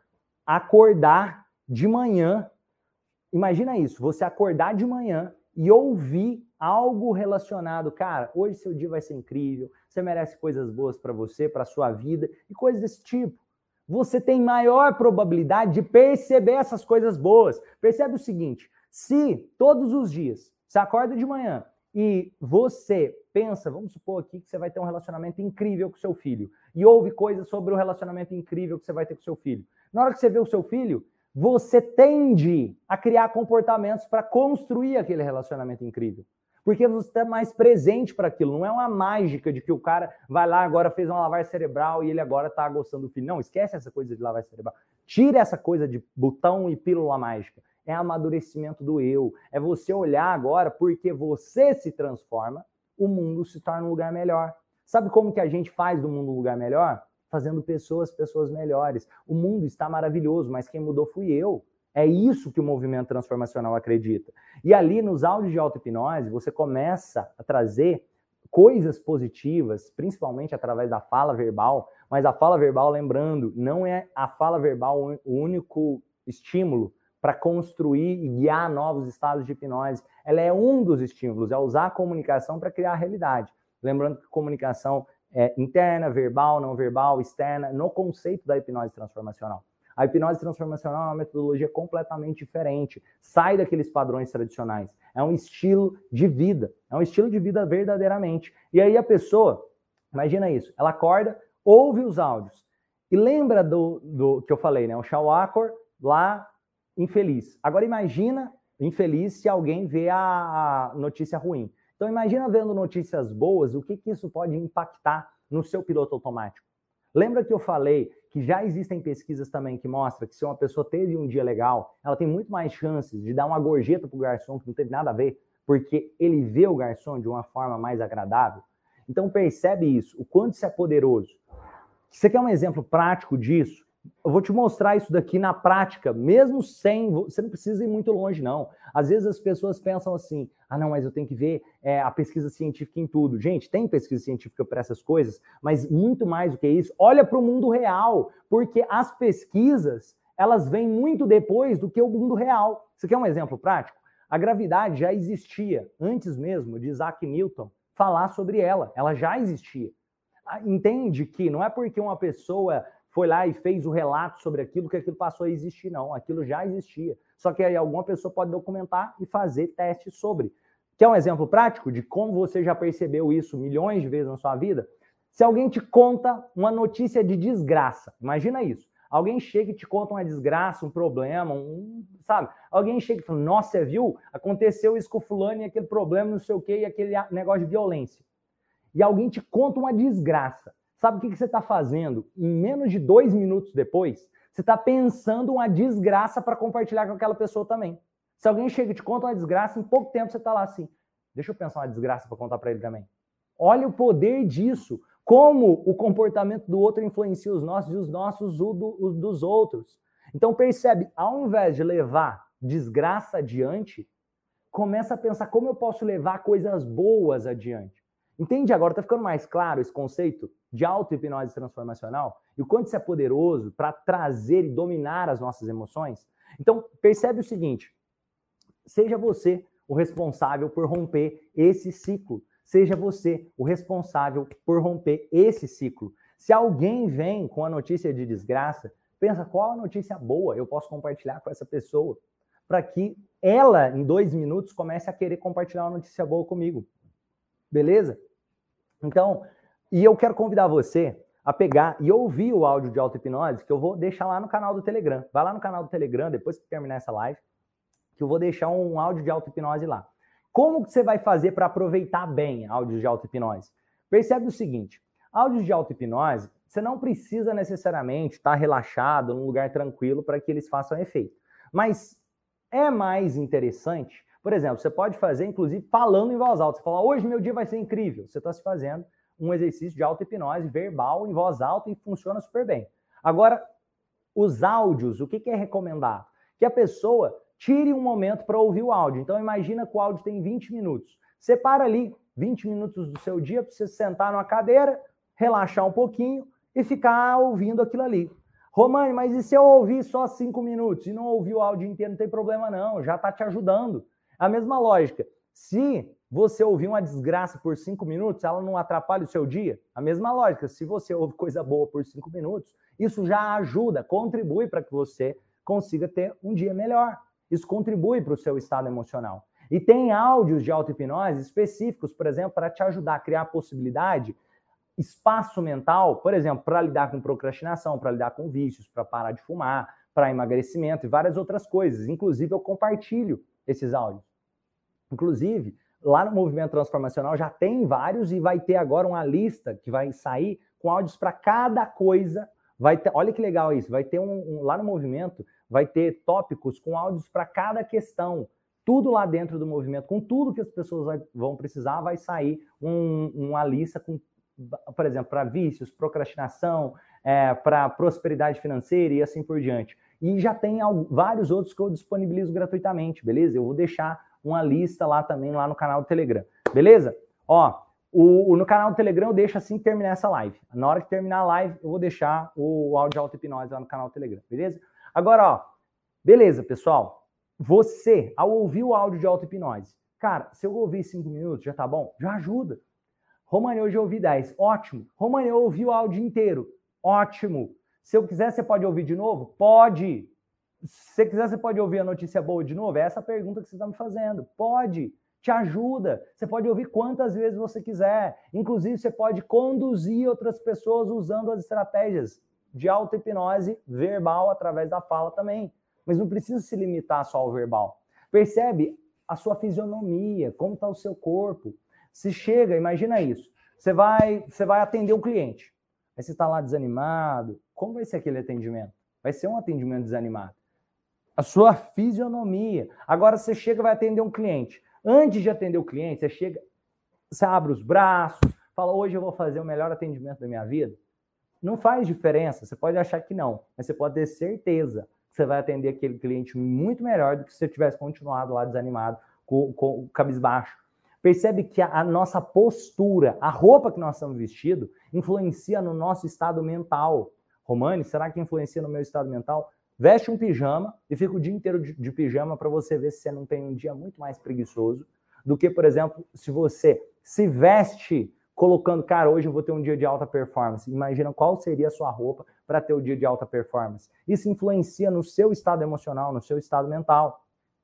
acordar de manhã. Imagina isso, você acordar de manhã e ouvir algo relacionado. Cara, hoje seu dia vai ser incrível, você merece coisas boas para você, para sua vida e coisas desse tipo. Você tem maior probabilidade de perceber essas coisas boas. Percebe o seguinte, se todos os dias você acorda de manhã e você pensa, vamos supor aqui que você vai ter um relacionamento incrível com seu filho, e ouve coisas sobre o relacionamento incrível que você vai ter com seu filho. Na hora que você vê o seu filho, você tende a criar comportamentos para construir aquele relacionamento incrível. Porque você está mais presente para aquilo. Não é uma mágica de que o cara vai lá, agora fez uma lavagem cerebral e ele agora está gostando do filho. Não, esquece essa coisa de lavagem cerebral. Tira essa coisa de botão e pílula mágica. É amadurecimento do eu. É você olhar agora, porque você se transforma, o mundo se torna um lugar melhor. Sabe como que a gente faz do mundo um lugar melhor? Fazendo pessoas, pessoas melhores. O mundo está maravilhoso, mas quem mudou fui eu. É isso que o movimento transformacional acredita. E ali, nos áudios de auto-hipnose, você começa a trazer coisas positivas, principalmente através da fala verbal, mas a fala verbal, lembrando, não é a fala verbal o único estímulo para construir e guiar novos estados de hipnose. Ela é um dos estímulos, é usar a comunicação para criar a realidade. Lembrando que comunicação é interna, verbal, não verbal, externa, no conceito da hipnose transformacional. A hipnose transformacional é uma metodologia completamente diferente, sai daqueles padrões tradicionais. É um estilo de vida, é um estilo de vida verdadeiramente. E aí a pessoa, imagina isso, ela acorda, ouve os áudios e lembra do, do que eu falei, né? O Shawakor lá, infeliz. Agora imagina infeliz se alguém vê a notícia ruim. Então imagina vendo notícias boas, o que, que isso pode impactar no seu piloto automático. Lembra que eu falei que já existem pesquisas também que mostram que se uma pessoa teve um dia legal, ela tem muito mais chances de dar uma gorjeta pro garçom que não teve nada a ver, porque ele vê o garçom de uma forma mais agradável? Então percebe isso, o quanto isso é poderoso. Você quer um exemplo prático disso? Eu vou te mostrar isso daqui na prática, mesmo sem... Você não precisa ir muito longe, não. Às vezes as pessoas pensam assim, ah, não, mas eu tenho que ver é, a pesquisa científica em tudo. Gente, tem pesquisa científica para essas coisas, mas muito mais do que isso, olha para o mundo real, porque as pesquisas, elas vêm muito depois do que o mundo real. Você quer um exemplo prático? A gravidade já existia, antes mesmo de Isaac Newton falar sobre ela. Ela já existia. Entende que não é porque uma pessoa foi lá e fez o relato sobre aquilo que aquilo passou a existir, não. Aquilo já existia. Só que aí alguma pessoa pode documentar e fazer testes sobre. Quer um exemplo prático de como você já percebeu isso milhões de vezes na sua vida? Se alguém te conta uma notícia de desgraça, imagina isso. Alguém chega e te conta uma desgraça, um problema, um, sabe? Alguém chega e fala, nossa, você viu? Aconteceu isso com o fulano e aquele problema, não sei o quê, e aquele negócio de violência. E alguém te conta uma desgraça. Sabe o que você está fazendo? Em menos de dois minutos depois, você está pensando uma desgraça para compartilhar com aquela pessoa também. Se alguém chega e te conta uma desgraça, em pouco tempo você está lá assim, deixa eu pensar uma desgraça para contar para ele também. Olha o poder disso. Como o comportamento do outro influencia os nossos e os nossos o do, os dos outros. Então percebe, ao invés de levar desgraça adiante, começa a pensar como eu posso levar coisas boas adiante. Entende agora? Está ficando mais claro esse conceito de auto-hipnose transformacional? E o quanto isso é poderoso para trazer e dominar as nossas emoções? Então, percebe o seguinte, seja você o responsável por romper esse ciclo. Seja você o responsável por romper esse ciclo. Se alguém vem com a notícia de desgraça, pensa qual a notícia boa eu posso compartilhar com essa pessoa, para que ela, em dois minutos, comece a querer compartilhar uma notícia boa comigo. Beleza? Então, e eu quero convidar você a pegar e ouvir o áudio de auto-hipnose que eu vou deixar lá no canal do Telegram. Vai lá no canal do Telegram, depois que terminar essa live, que eu vou deixar um áudio de auto-hipnose lá. Como que você vai fazer para aproveitar bem áudios de auto-hipnose? Percebe o seguinte, áudios de auto-hipnose, você não precisa necessariamente estar relaxado num lugar tranquilo para que eles façam efeito. Mas é mais interessante, por exemplo, você pode fazer, inclusive, falando em voz alta. Você fala, hoje meu dia vai ser incrível. Você está se fazendo um exercício de auto-hipnose verbal em voz alta e funciona super bem. Agora, os áudios, o que, que é recomendado? Que a pessoa tire um momento para ouvir o áudio. Então, imagina que o áudio tem vinte minutos. Separa ali vinte minutos do seu dia para você sentar numa cadeira, relaxar um pouquinho e ficar ouvindo aquilo ali. Romane, mas e se eu ouvir só cinco minutos e não ouvir o áudio inteiro? Não tem problema não, já está te ajudando. A mesma lógica. Se você ouvir uma desgraça por cinco minutos, ela não atrapalha o seu dia? A mesma lógica. Se você ouve coisa boa por cinco minutos, isso já ajuda, contribui para que você consiga ter um dia melhor. Isso contribui para o seu estado emocional. E tem áudios de auto-hipnose específicos, por exemplo, para te ajudar a criar a possibilidade, espaço mental, por exemplo, para lidar com procrastinação, para lidar com vícios, para parar de fumar, para emagrecimento e várias outras coisas. Inclusive, eu compartilho esses áudios. Inclusive, lá no Movimento Transformacional já tem vários e vai ter agora uma lista que vai sair com áudios para cada coisa. Vai ter, olha que legal isso, vai ter um, um lá no Movimento, vai ter tópicos com áudios para cada questão. Tudo lá dentro do movimento, com tudo que as pessoas vai, vão precisar, vai sair um, uma lista com, por exemplo, para vícios, procrastinação, é, para prosperidade financeira e assim por diante. E já tem vários outros que eu disponibilizo gratuitamente, beleza? Eu vou deixar uma lista lá também, lá no canal do Telegram, beleza? Ó, o, o, no canal do Telegram eu deixo assim que terminar essa live. Na hora que terminar a live, eu vou deixar o, o áudio de auto-hipnose lá no canal do Telegram, beleza? Agora, ó, beleza, pessoal? Você, ao ouvir o áudio de auto-hipnose, cara, se eu ouvir cinco minutos, já tá bom? Já ajuda. Romane, hoje eu ouvi dez. Ótimo. Romane, eu ouvi o áudio inteiro. Ótimo. Se eu quiser, você pode ouvir de novo? Pode. Se você quiser, você pode ouvir a notícia boa de novo? É essa a pergunta que você está me fazendo. Pode. Te ajuda. Você pode ouvir quantas vezes você quiser. Inclusive, você pode conduzir outras pessoas usando as estratégias de auto-hipnose verbal através da fala também. Mas não precisa se limitar só ao verbal. Percebe a sua fisionomia, como está o seu corpo. Se chega, imagina isso, você vai, você vai atender um cliente, aí você está lá desanimado, como vai ser aquele atendimento? Vai ser um atendimento desanimado. A sua fisionomia. Agora você chega e vai atender um cliente. Antes de atender o cliente, você chega, você abre os braços, fala, hoje eu vou fazer o melhor atendimento da minha vida. Não faz diferença, você pode achar que não, mas você pode ter certeza que você vai atender aquele cliente muito melhor do que se você tivesse continuado lá desanimado, com, com o cabisbaixo. Percebe que a, a nossa postura, a roupa que nós estamos vestidos, influencia no nosso estado mental. Romani, será que influencia no meu estado mental? Veste um pijama e fica o dia inteiro de, de pijama para você ver se você não tem um dia muito mais preguiçoso do que, por exemplo, se você se veste colocando, cara, hoje eu vou ter um dia de alta performance. Imagina qual seria a sua roupa para ter o dia de alta performance. Isso influencia no seu estado emocional, no seu estado mental.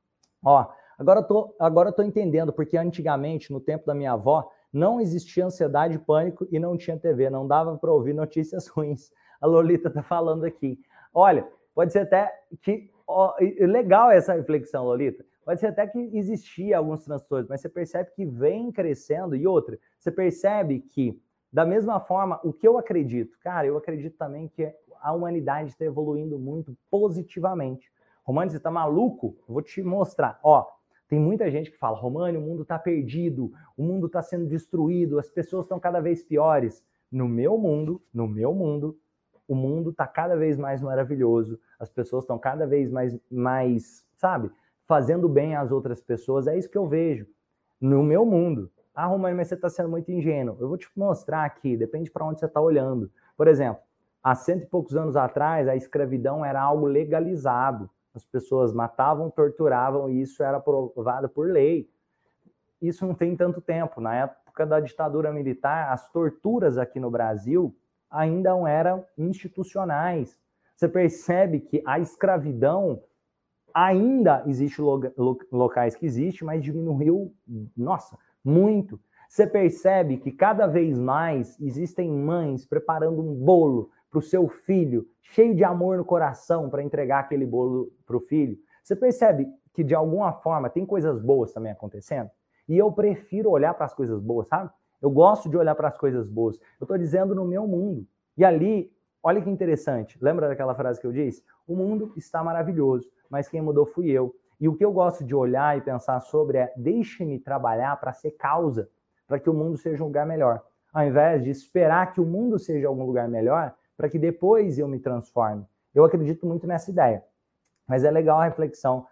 Ó, agora eu tô, agora eu tô entendendo, porque antigamente, no tempo da minha avó, não existia ansiedade, pânico e não tinha T V, não dava para ouvir notícias ruins. A Lolita tá falando aqui. Olha, pode ser até que... Ó, legal essa reflexão, Lolita. Pode ser até que existia alguns transtornos, mas você percebe que vem crescendo. E outra, você percebe que, da mesma forma, o que eu acredito, cara, eu acredito também que a humanidade está evoluindo muito positivamente. Romani, você tá maluco? Eu vou te mostrar. Ó, tem muita gente que fala, Romani, o mundo tá perdido, o mundo tá sendo destruído, as pessoas estão cada vez piores. No meu mundo, no meu mundo, o mundo está cada vez mais maravilhoso, as pessoas estão cada vez mais, mais, sabe, fazendo bem às outras pessoas. É isso que eu vejo no meu mundo. Ah, Romani, mas você está sendo muito ingênuo. Eu vou te mostrar aqui, depende para onde você está olhando. Por exemplo, há cento e poucos anos atrás, a escravidão era algo legalizado. As pessoas matavam, torturavam, e isso era provado por lei. Isso não tem tanto tempo. Na época da ditadura militar, as torturas aqui no Brasil ainda não eram institucionais. Você percebe que a escravidão ainda existe locais que existe, mas diminuiu, nossa, muito. Você percebe que cada vez mais existem mães preparando um bolo para o seu filho, cheio de amor no coração, para entregar aquele bolo para o filho. Você percebe que, de alguma forma, tem coisas boas também acontecendo? E eu prefiro olhar para as coisas boas, sabe? Eu gosto de olhar para as coisas boas. Eu estou dizendo no meu mundo. E ali, olha que interessante. Lembra daquela frase que eu disse? O mundo está maravilhoso, mas quem mudou fui eu. E o que eu gosto de olhar e pensar sobre é, deixe-me trabalhar para ser causa, para que o mundo seja um lugar melhor. Ao invés de esperar que o mundo seja algum lugar melhor, para que depois eu me transforme. Eu acredito muito nessa ideia. Mas é legal a reflexão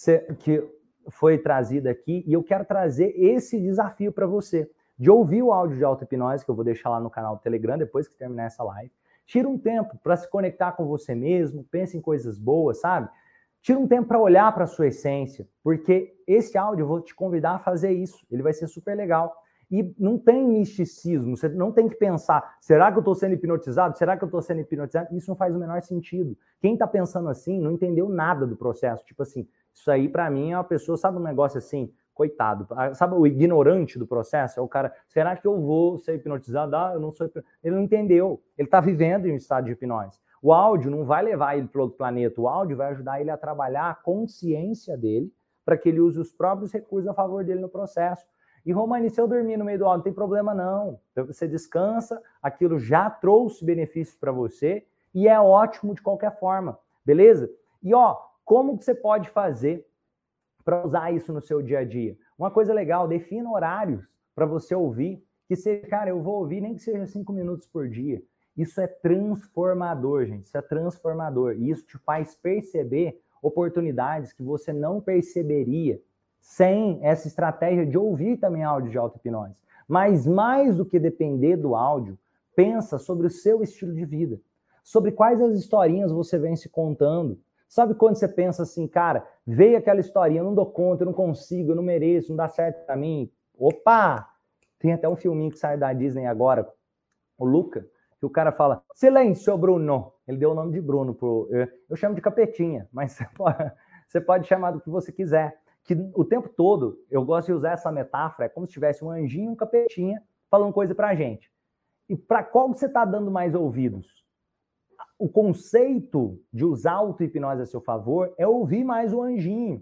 que foi trazida aqui, e eu quero trazer esse desafio para você, de ouvir o áudio de auto-hipnose, que eu vou deixar lá no canal do Telegram, depois que terminar essa live. Tira um tempo para se conectar com você mesmo, pense em coisas boas, sabe? Tira um tempo para olhar para a sua essência, porque esse áudio eu vou te convidar a fazer isso, ele vai ser super legal. E não tem misticismo, você não tem que pensar, será que eu estou sendo hipnotizado? Será que eu estou sendo hipnotizado? Isso não faz o menor sentido. Quem está pensando assim não entendeu nada do processo. Tipo assim, isso aí para mim é uma pessoa, sabe um negócio assim, coitado, sabe o ignorante do processo? É o cara, será que eu vou ser hipnotizado? Ah, eu não sou hipnotizado. Ele não entendeu, ele está vivendo em um estado de hipnose. O áudio não vai levar ele para outro planeta, o áudio vai ajudar ele a trabalhar a consciência dele para que ele use os próprios recursos a favor dele no processo. E, Romani, se eu dormir no meio do áudio, não tem problema não. Você descansa, aquilo já trouxe benefícios para você e é ótimo de qualquer forma, beleza? E, ó, como que você pode fazer para usar isso no seu dia a dia? Uma coisa legal, defina horários para você ouvir, que seja, cara, eu vou ouvir nem que seja cinco minutos por dia. Isso é transformador, gente, isso é transformador. E isso te faz perceber oportunidades que você não perceberia sem essa estratégia de ouvir também áudio de auto-hipnose. Mas mais do que depender do áudio, pensa sobre o seu estilo de vida, sobre quais as historinhas você vem se contando. Sabe quando você pensa assim, cara, veio aquela historinha, eu não dou conta, eu não consigo, eu não mereço, não dá certo pra mim. Opa! Tem até um filminho que sai da Disney agora, o Luca, que o cara fala, silêncio, Bruno. Ele deu o nome de Bruno. Pro, eu, eu chamo de Capetinha, mas você pode, você pode chamar do que você quiser. Que o tempo todo, eu gosto de usar essa metáfora, é como se tivesse um anjinho e um capetinha falando coisa pra gente. E para qual você está dando mais ouvidos? O conceito de usar a auto-hipnose a seu favor é ouvir mais o anjinho.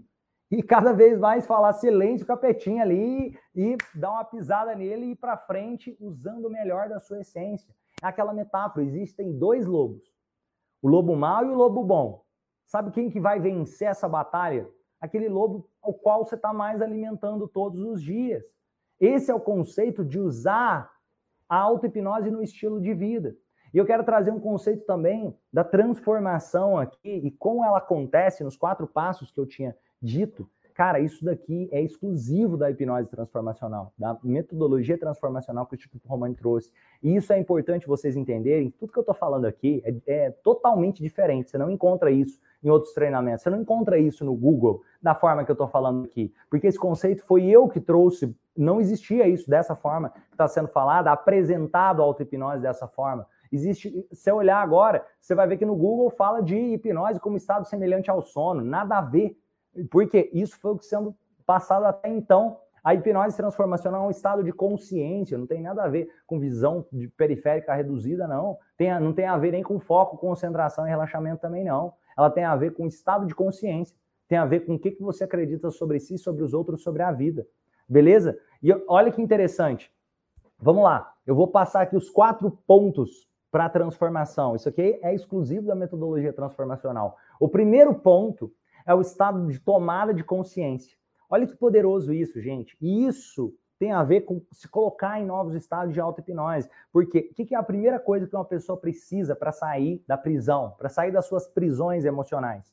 e cada vez mais falar silêncio, capetinha ali, e dar uma pisada nele e ir para frente usando o melhor da sua essência. É aquela metáfora, existem dois lobos, o lobo mau e o lobo bom. Sabe quem que vai vencer essa batalha? Aquele lobo ao qual você está mais alimentando todos os dias. Esse é o conceito de usar a auto-hipnose no estilo de vida. E eu quero trazer um conceito também da transformação aqui e como ela acontece nos quatro passos que eu tinha dito. Cara, isso daqui é exclusivo da hipnose transformacional, da metodologia transformacional que o Instituto Romani trouxe. E isso é importante vocês entenderem. Tudo que eu estou falando aqui é, é totalmente diferente. Você não encontra isso em outros treinamentos. Você não encontra isso no Google da forma que eu estou falando aqui. Porque esse conceito foi eu que trouxe. Não existia isso dessa forma que está sendo falada, apresentado a auto-hipnose dessa forma. Existe, se você olhar agora, você vai ver que no Google fala de hipnose como estado semelhante ao sono. Nada a ver. Porque isso foi o que sendo passado até então. A hipnose transformacional é um estado de consciência, não tem nada a ver com visão de periférica reduzida, não. Tem, não tem a ver nem com foco, concentração e relaxamento também, não. Ela tem a ver com estado de consciência. Tem a ver com o que, que você acredita sobre si, sobre os outros, sobre a vida. Beleza? E olha que interessante. Vamos lá. Eu vou passar aqui os quatro pontos para a transformação. Isso aqui é exclusivo da metodologia transformacional. O primeiro ponto é o estado de tomada de consciência. Olha que poderoso isso, gente. E isso tem a ver com se colocar em novos estados de auto-hipnose. Porque o que é a primeira coisa que uma pessoa precisa para sair da prisão, para sair das suas prisões emocionais?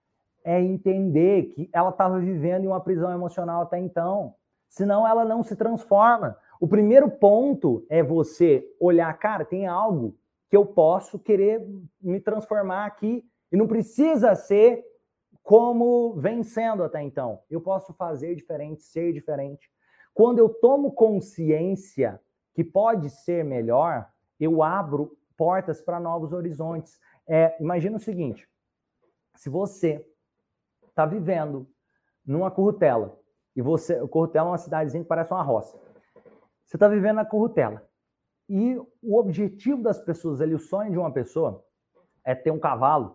É entender que ela estava vivendo em uma prisão emocional até então. Senão ela não se transforma. O primeiro ponto é você olhar, cara, tem algo que eu posso querer me transformar aqui. E não precisa ser como vem sendo até então. Eu posso fazer diferente, ser diferente. Quando eu tomo consciência que pode ser melhor, eu abro portas para novos horizontes. É, imagina o seguinte, se você está vivendo numa currutela, e você, Currutela é uma cidadezinha que parece uma roça. Você está vivendo na currutela. E o objetivo das pessoas ali, o sonho de uma pessoa, é ter um cavalo.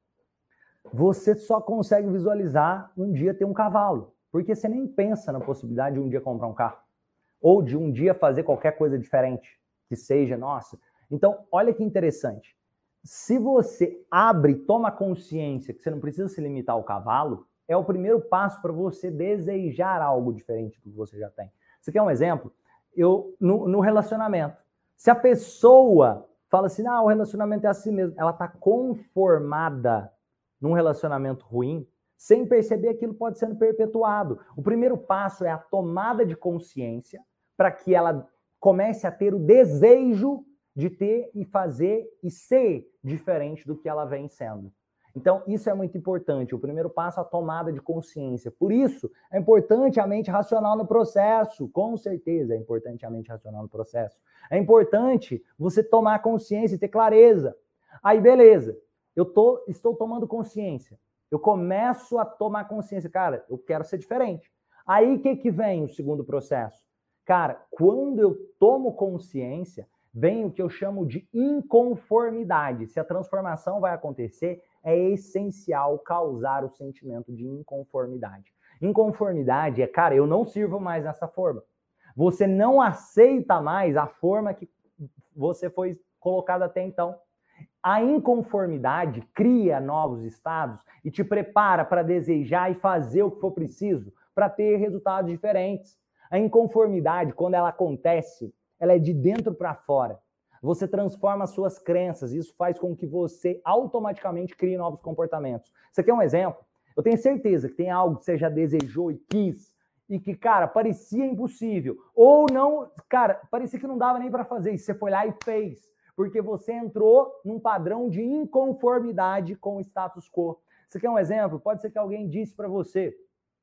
Você só consegue visualizar um dia ter um cavalo, porque você nem pensa na possibilidade de um dia comprar um carro, ou de um dia fazer qualquer coisa diferente, que seja, nossa. Então, olha que interessante. Se você abre e toma consciência que você não precisa se limitar ao cavalo, é o primeiro passo para você desejar algo diferente do que você já tem. Você quer um exemplo? Eu, no, no relacionamento, se a pessoa fala assim, ah, o relacionamento é assim mesmo, ela está conformada num relacionamento ruim, sem perceber aquilo pode sendo perpetuado. O primeiro passo é a tomada de consciência para que ela comece a ter o desejo de ter e fazer e ser diferente do que ela vem sendo. Então, isso é muito importante. O primeiro passo é a tomada de consciência. Por isso, é importante a mente racional no processo. Com certeza é importante a mente racional no processo. É importante você tomar consciência e ter clareza. Aí, beleza. Eu tô, estou tomando consciência. Eu começo a tomar consciência. Cara, eu quero ser diferente. Aí, o que, que vem o segundo processo? Cara, quando eu tomo consciência, vem o que eu chamo de inconformidade. Se a transformação vai acontecer, é essencial causar o sentimento de inconformidade. Inconformidade é, cara, eu não sirvo mais nessa forma. Você não aceita mais a forma que você foi colocado até então. A inconformidade cria novos estados e te prepara para desejar e fazer o que for preciso para ter resultados diferentes. A inconformidade, quando ela acontece, ela é de dentro para fora. Você transforma as suas crenças, isso faz com que você automaticamente crie novos comportamentos. Você quer um exemplo? Eu tenho certeza que tem algo que você já desejou e quis, e que, cara, parecia impossível. Ou não, cara, parecia que não dava nem para fazer, e você foi lá e fez. Porque você entrou num padrão de inconformidade com o status quo. Você quer um exemplo? Pode ser que alguém disse para você,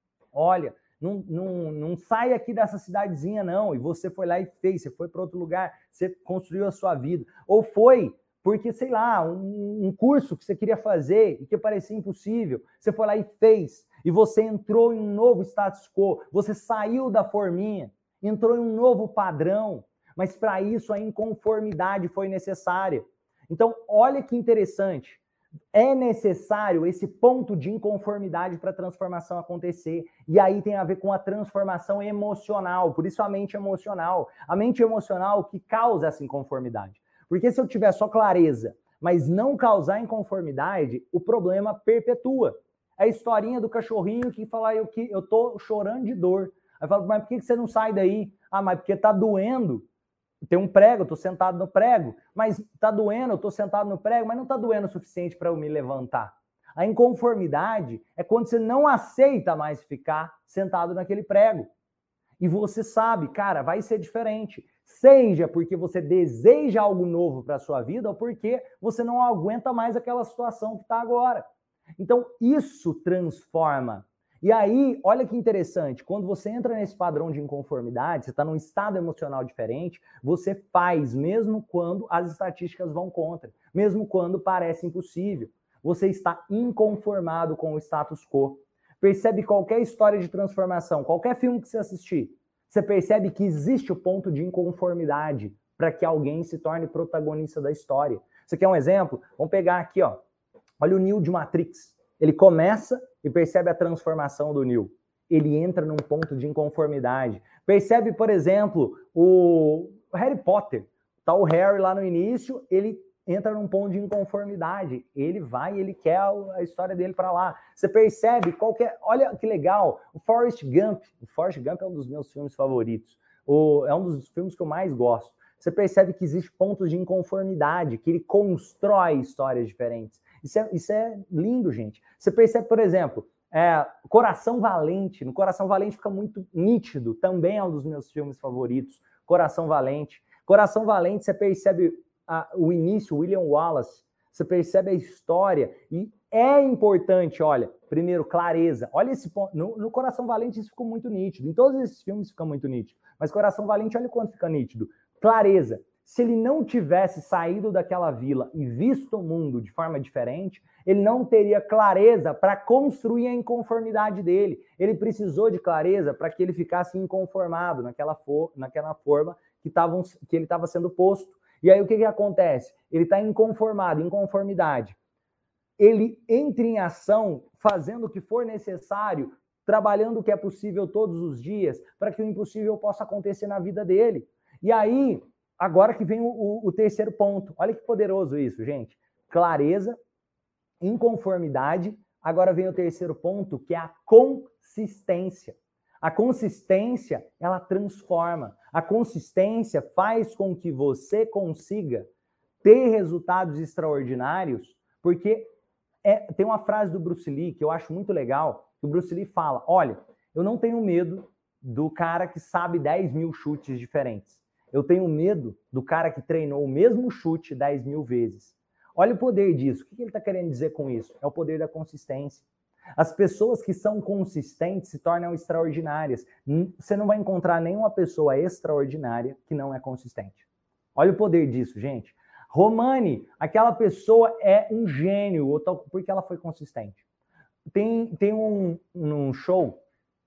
olha, Não, não, não sai aqui dessa cidadezinha, não. E você foi lá e fez, você foi para outro lugar, você construiu a sua vida. Ou foi porque, sei lá, um, um curso que você queria fazer e que parecia impossível, você foi lá e fez. E você entrou em um novo status quo, você saiu da forminha, entrou em um novo padrão. Mas para isso a inconformidade foi necessária. Então, olha que interessante. É necessário esse ponto de inconformidade para a transformação acontecer. E aí tem a ver com a transformação emocional, por isso a mente emocional. A mente emocional que causa essa inconformidade. Porque se eu tiver só clareza, mas não causar inconformidade, o problema perpetua. É a historinha do cachorrinho que fala, eu, que, eu tô chorando de dor. Aí eu falo, mas por que você não sai daí? Ah, mas porque tá doendo. Tem um prego, eu tô sentado no prego, mas tá doendo, eu tô sentado no prego, mas não tá doendo o suficiente para eu me levantar. A inconformidade é quando você não aceita mais ficar sentado naquele prego. E você sabe, cara, vai ser diferente. Seja porque você deseja algo novo para a sua vida ou porque você não aguenta mais aquela situação que está agora. Então, isso transforma. E aí, olha que interessante, quando você entra nesse padrão de inconformidade, você está num estado emocional diferente, você faz mesmo quando as estatísticas vão contra, mesmo quando parece impossível. Você está inconformado com o status quo. Percebe qualquer história de transformação, qualquer filme que você assistir, você percebe que existe o ponto de inconformidade para que alguém se torne protagonista da história. Você quer um exemplo? Vamos pegar aqui, ó. Olha o Neo de Matrix. Ele começa e percebe a transformação do Neo. Ele entra num ponto de inconformidade. Percebe, por exemplo, o Harry Potter. Tá o Harry lá no início, ele entra num ponto de inconformidade. Ele vai, ele quer a história dele para lá. Você percebe qualquer... Olha que legal, o Forrest Gump. O Forrest Gump é um dos meus filmes favoritos. O... É um dos filmes que eu mais gosto. Você percebe que existe pontos de inconformidade, que ele constrói histórias diferentes. Isso é, isso é lindo, gente. Você percebe, por exemplo, é, Coração Valente. No Coração Valente fica muito nítido. Também é um dos meus filmes favoritos. Coração Valente. Coração Valente, você percebe a, o início, William Wallace. Você percebe a história. E é importante, olha, primeiro, clareza. Olha esse ponto. No, no Coração Valente isso ficou muito nítido. Em todos esses filmes fica muito nítido. Mas Coração Valente, olha quanto fica nítido. Clareza. Se ele não tivesse saído daquela vila e visto o mundo de forma diferente, ele não teria clareza para construir a inconformidade dele. Ele precisou de clareza para que ele ficasse inconformado naquela, for naquela forma que, tavam, que ele estava sendo posto. E aí o que, que acontece? Ele está inconformado, inconformidade. Ele entra em ação, fazendo o que for necessário, trabalhando o que é possível todos os dias, para que o impossível possa acontecer na vida dele. E aí... Agora que vem o, o, o terceiro ponto. Olha que poderoso isso, gente. Clareza, inconformidade. Agora vem o terceiro ponto, que é a consistência. A consistência, ela transforma. A consistência faz com que você consiga ter resultados extraordinários, porque é, tem uma frase do Bruce Lee que eu acho muito legal, que o Bruce Lee fala, olha, eu não tenho medo do cara que sabe dez mil chutes diferentes. Eu tenho medo do cara que treinou o mesmo chute dez mil vezes. Olha o poder disso. O que ele está querendo dizer com isso? É o poder da consistência. As pessoas que são consistentes se tornam extraordinárias. Você não vai encontrar nenhuma pessoa extraordinária que não é consistente. Olha o poder disso, gente. Romani, aquela pessoa é um gênio, porque ela foi consistente. Tem, tem um, um show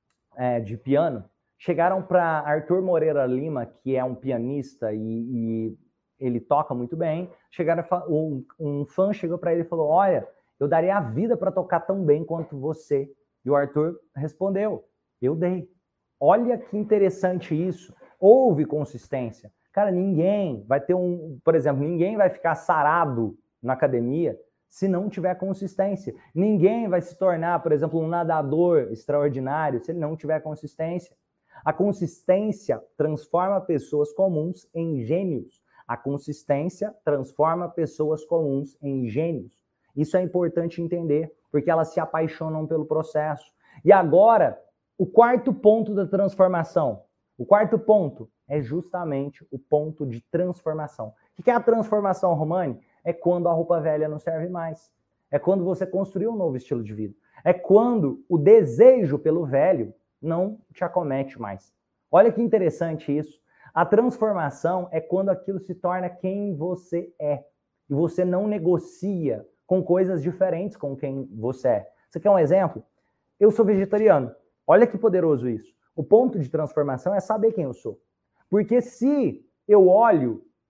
é, de piano. Chegaram para Arthur Moreira Lima, que é um pianista e, e ele toca muito bem. Chegaram, um, um fã chegou para ele e falou, olha, eu daria a vida para tocar tão bem quanto você. E o Arthur respondeu, eu dei. Olha que interessante isso. Houve consistência. Cara, ninguém vai ter um... Por exemplo, ninguém vai ficar sarado na academia se não tiver consistência. Ninguém vai se tornar, por exemplo, um nadador extraordinário se ele não tiver consistência. A consistência transforma pessoas comuns em gênios. A consistência transforma pessoas comuns em gênios. Isso é importante entender, porque elas se apaixonam pelo processo. E agora, o quarto ponto da transformação. O quarto ponto é justamente o ponto de transformação. O que é a transformação, Romani? É quando a roupa velha não serve mais. É quando você construiu um novo estilo de vida. É quando o desejo pelo velho não te acomete mais. Olha que interessante isso. A transformação é quando aquilo se torna quem você é. E você não negocia com coisas diferentes com quem você é. Você quer um exemplo? Eu sou vegetariano. Olha que poderoso isso. O ponto de transformação é saber quem eu sou. Porque se eu olho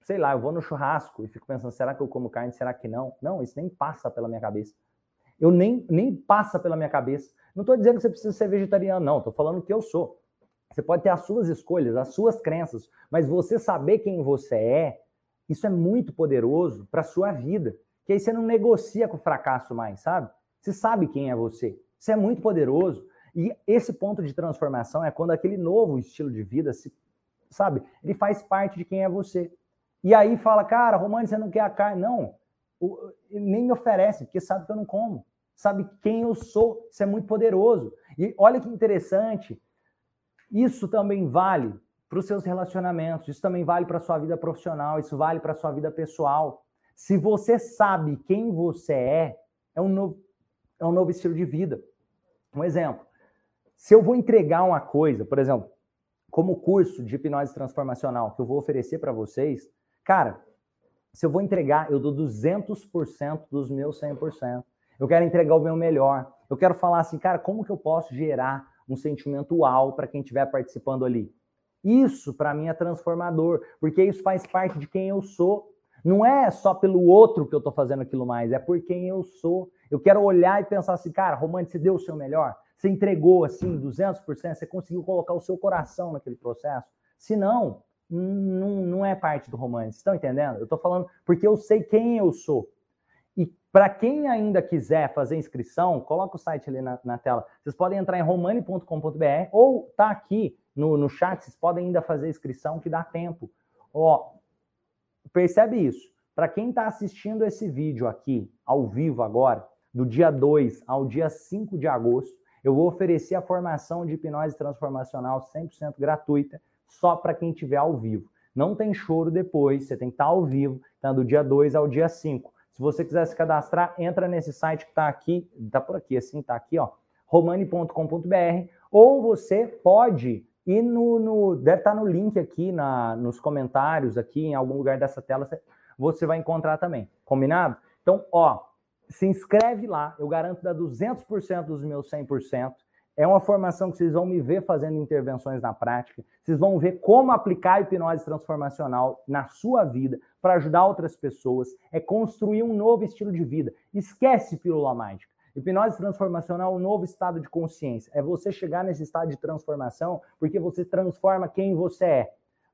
sei lá, eu vou no churrasco e fico pensando, será que eu como carne, será que não? Não, isso nem passa pela minha cabeça. Eu nem, nem passa pela minha cabeça. Não estou dizendo que você precisa ser vegetariano, não. Estou falando que eu sou. Você pode ter as suas escolhas, as suas crenças, mas você saber quem você é, isso é muito poderoso para a sua vida. Que aí você não negocia com o fracasso mais, sabe? Você sabe quem é você. Isso é muito poderoso. E esse ponto de transformação é quando aquele novo estilo de vida, se, sabe, ele faz parte de quem é você. E aí fala, cara, Romani, você não quer a carne? Não, o, nem me oferece, porque sabe que eu não como. Sabe quem eu sou. Isso é muito poderoso. E olha que interessante, isso também vale para os seus relacionamentos, isso também vale para a sua vida profissional, isso vale para a sua vida pessoal. Se você sabe quem você é, é um novo, é um novo estilo de vida. Um exemplo, se eu vou entregar uma coisa, por exemplo, como o curso de hipnose transformacional que eu vou oferecer para vocês, cara, se eu vou entregar, eu dou duzentos por cento dos meus cem por cento. Eu quero entregar o meu melhor. Eu quero falar assim, cara, como que eu posso gerar um sentimento uau para quem estiver participando ali? Isso, para mim, é transformador, porque isso faz parte de quem eu sou. Não é só pelo outro que eu estou fazendo aquilo mais, é por quem eu sou. Eu quero olhar e pensar assim, cara, Romani, você deu o seu melhor? Você entregou, assim, duzentos por cento? Você conseguiu colocar o seu coração naquele processo? Se não, não, não é parte do Romani. Vocês estão entendendo? Eu estou falando porque eu sei quem eu sou. E para quem ainda quiser fazer inscrição, coloca o site ali na, na tela. Vocês podem entrar em romani ponto com ponto br ou tá aqui no, no chat, vocês podem ainda fazer inscrição que dá tempo. Ó, percebe isso. Para quem está assistindo esse vídeo aqui, ao vivo agora, do dia dois ao dia cinco de agosto, eu vou oferecer a formação de hipnose transformacional cem por cento gratuita, só para quem estiver ao vivo. Não tem choro depois, você tem que estar ao vivo, tá? Do dia dois ao dia cinco. Se você quiser se cadastrar, entra nesse site que está aqui, está por aqui, assim, está aqui, ó, romani ponto com ponto br, ou você pode ir no, no deve estar no link aqui, na, nos comentários, aqui em algum lugar dessa tela, você vai encontrar também, combinado? Então, ó, se inscreve lá, eu garanto dar duzentos por cento dos meus cem por cento, é uma formação que vocês vão me ver fazendo intervenções na prática, vocês vão ver como aplicar a hipnose transformacional na sua vida para ajudar outras pessoas, é construir um novo estilo de vida. Esquece pílula mágica. Hipnose transformacional é um novo estado de consciência. É você chegar nesse estado de transformação porque você transforma quem você é.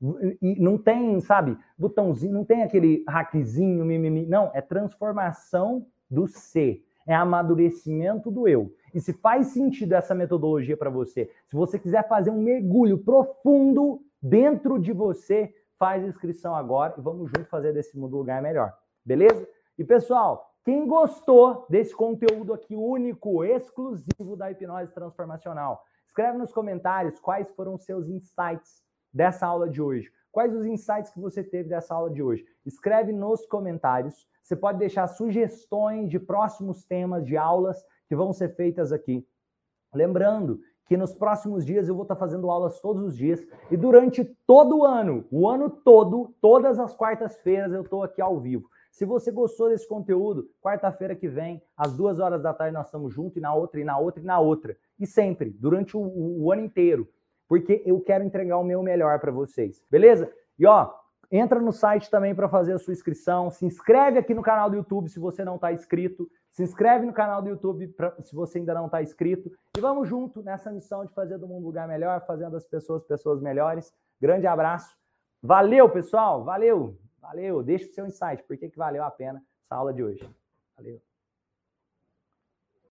E não tem, sabe, botãozinho, não tem aquele hackzinho, mimimi. Não, é transformação do ser. É amadurecimento do eu. E se faz sentido essa metodologia para você, se você quiser fazer um mergulho profundo dentro de você, faz inscrição agora e vamos juntos fazer desse mundo um lugar melhor. Beleza? E pessoal, quem gostou desse conteúdo aqui único, exclusivo da hipnose transformacional, escreve nos comentários quais foram os seus insights dessa aula de hoje. Quais os insights que você teve dessa aula de hoje? Escreve nos comentários. Você pode deixar sugestões de próximos temas de aulas que vão ser feitas aqui. Lembrando que nos próximos dias eu vou estar fazendo aulas todos os dias e durante todo o ano, o ano todo, todas as quartas-feiras eu estou aqui ao vivo. Se você gostou desse conteúdo, quarta-feira que vem, às duas horas da tarde nós estamos juntos e na outra, e na outra, e na outra. E sempre, durante o, o, o ano inteiro, porque eu quero entregar o meu melhor para vocês, beleza? E ó, entra no site também para fazer a sua inscrição, se inscreve aqui no canal do YouTube se você não está inscrito, se inscreve no canal do YouTube pra, se você ainda não está inscrito, e vamos junto nessa missão de fazer do mundo um lugar melhor, fazendo as pessoas pessoas melhores. Grande abraço, valeu pessoal, valeu, valeu, deixa o seu insight, por que que valeu a pena essa aula de hoje, valeu.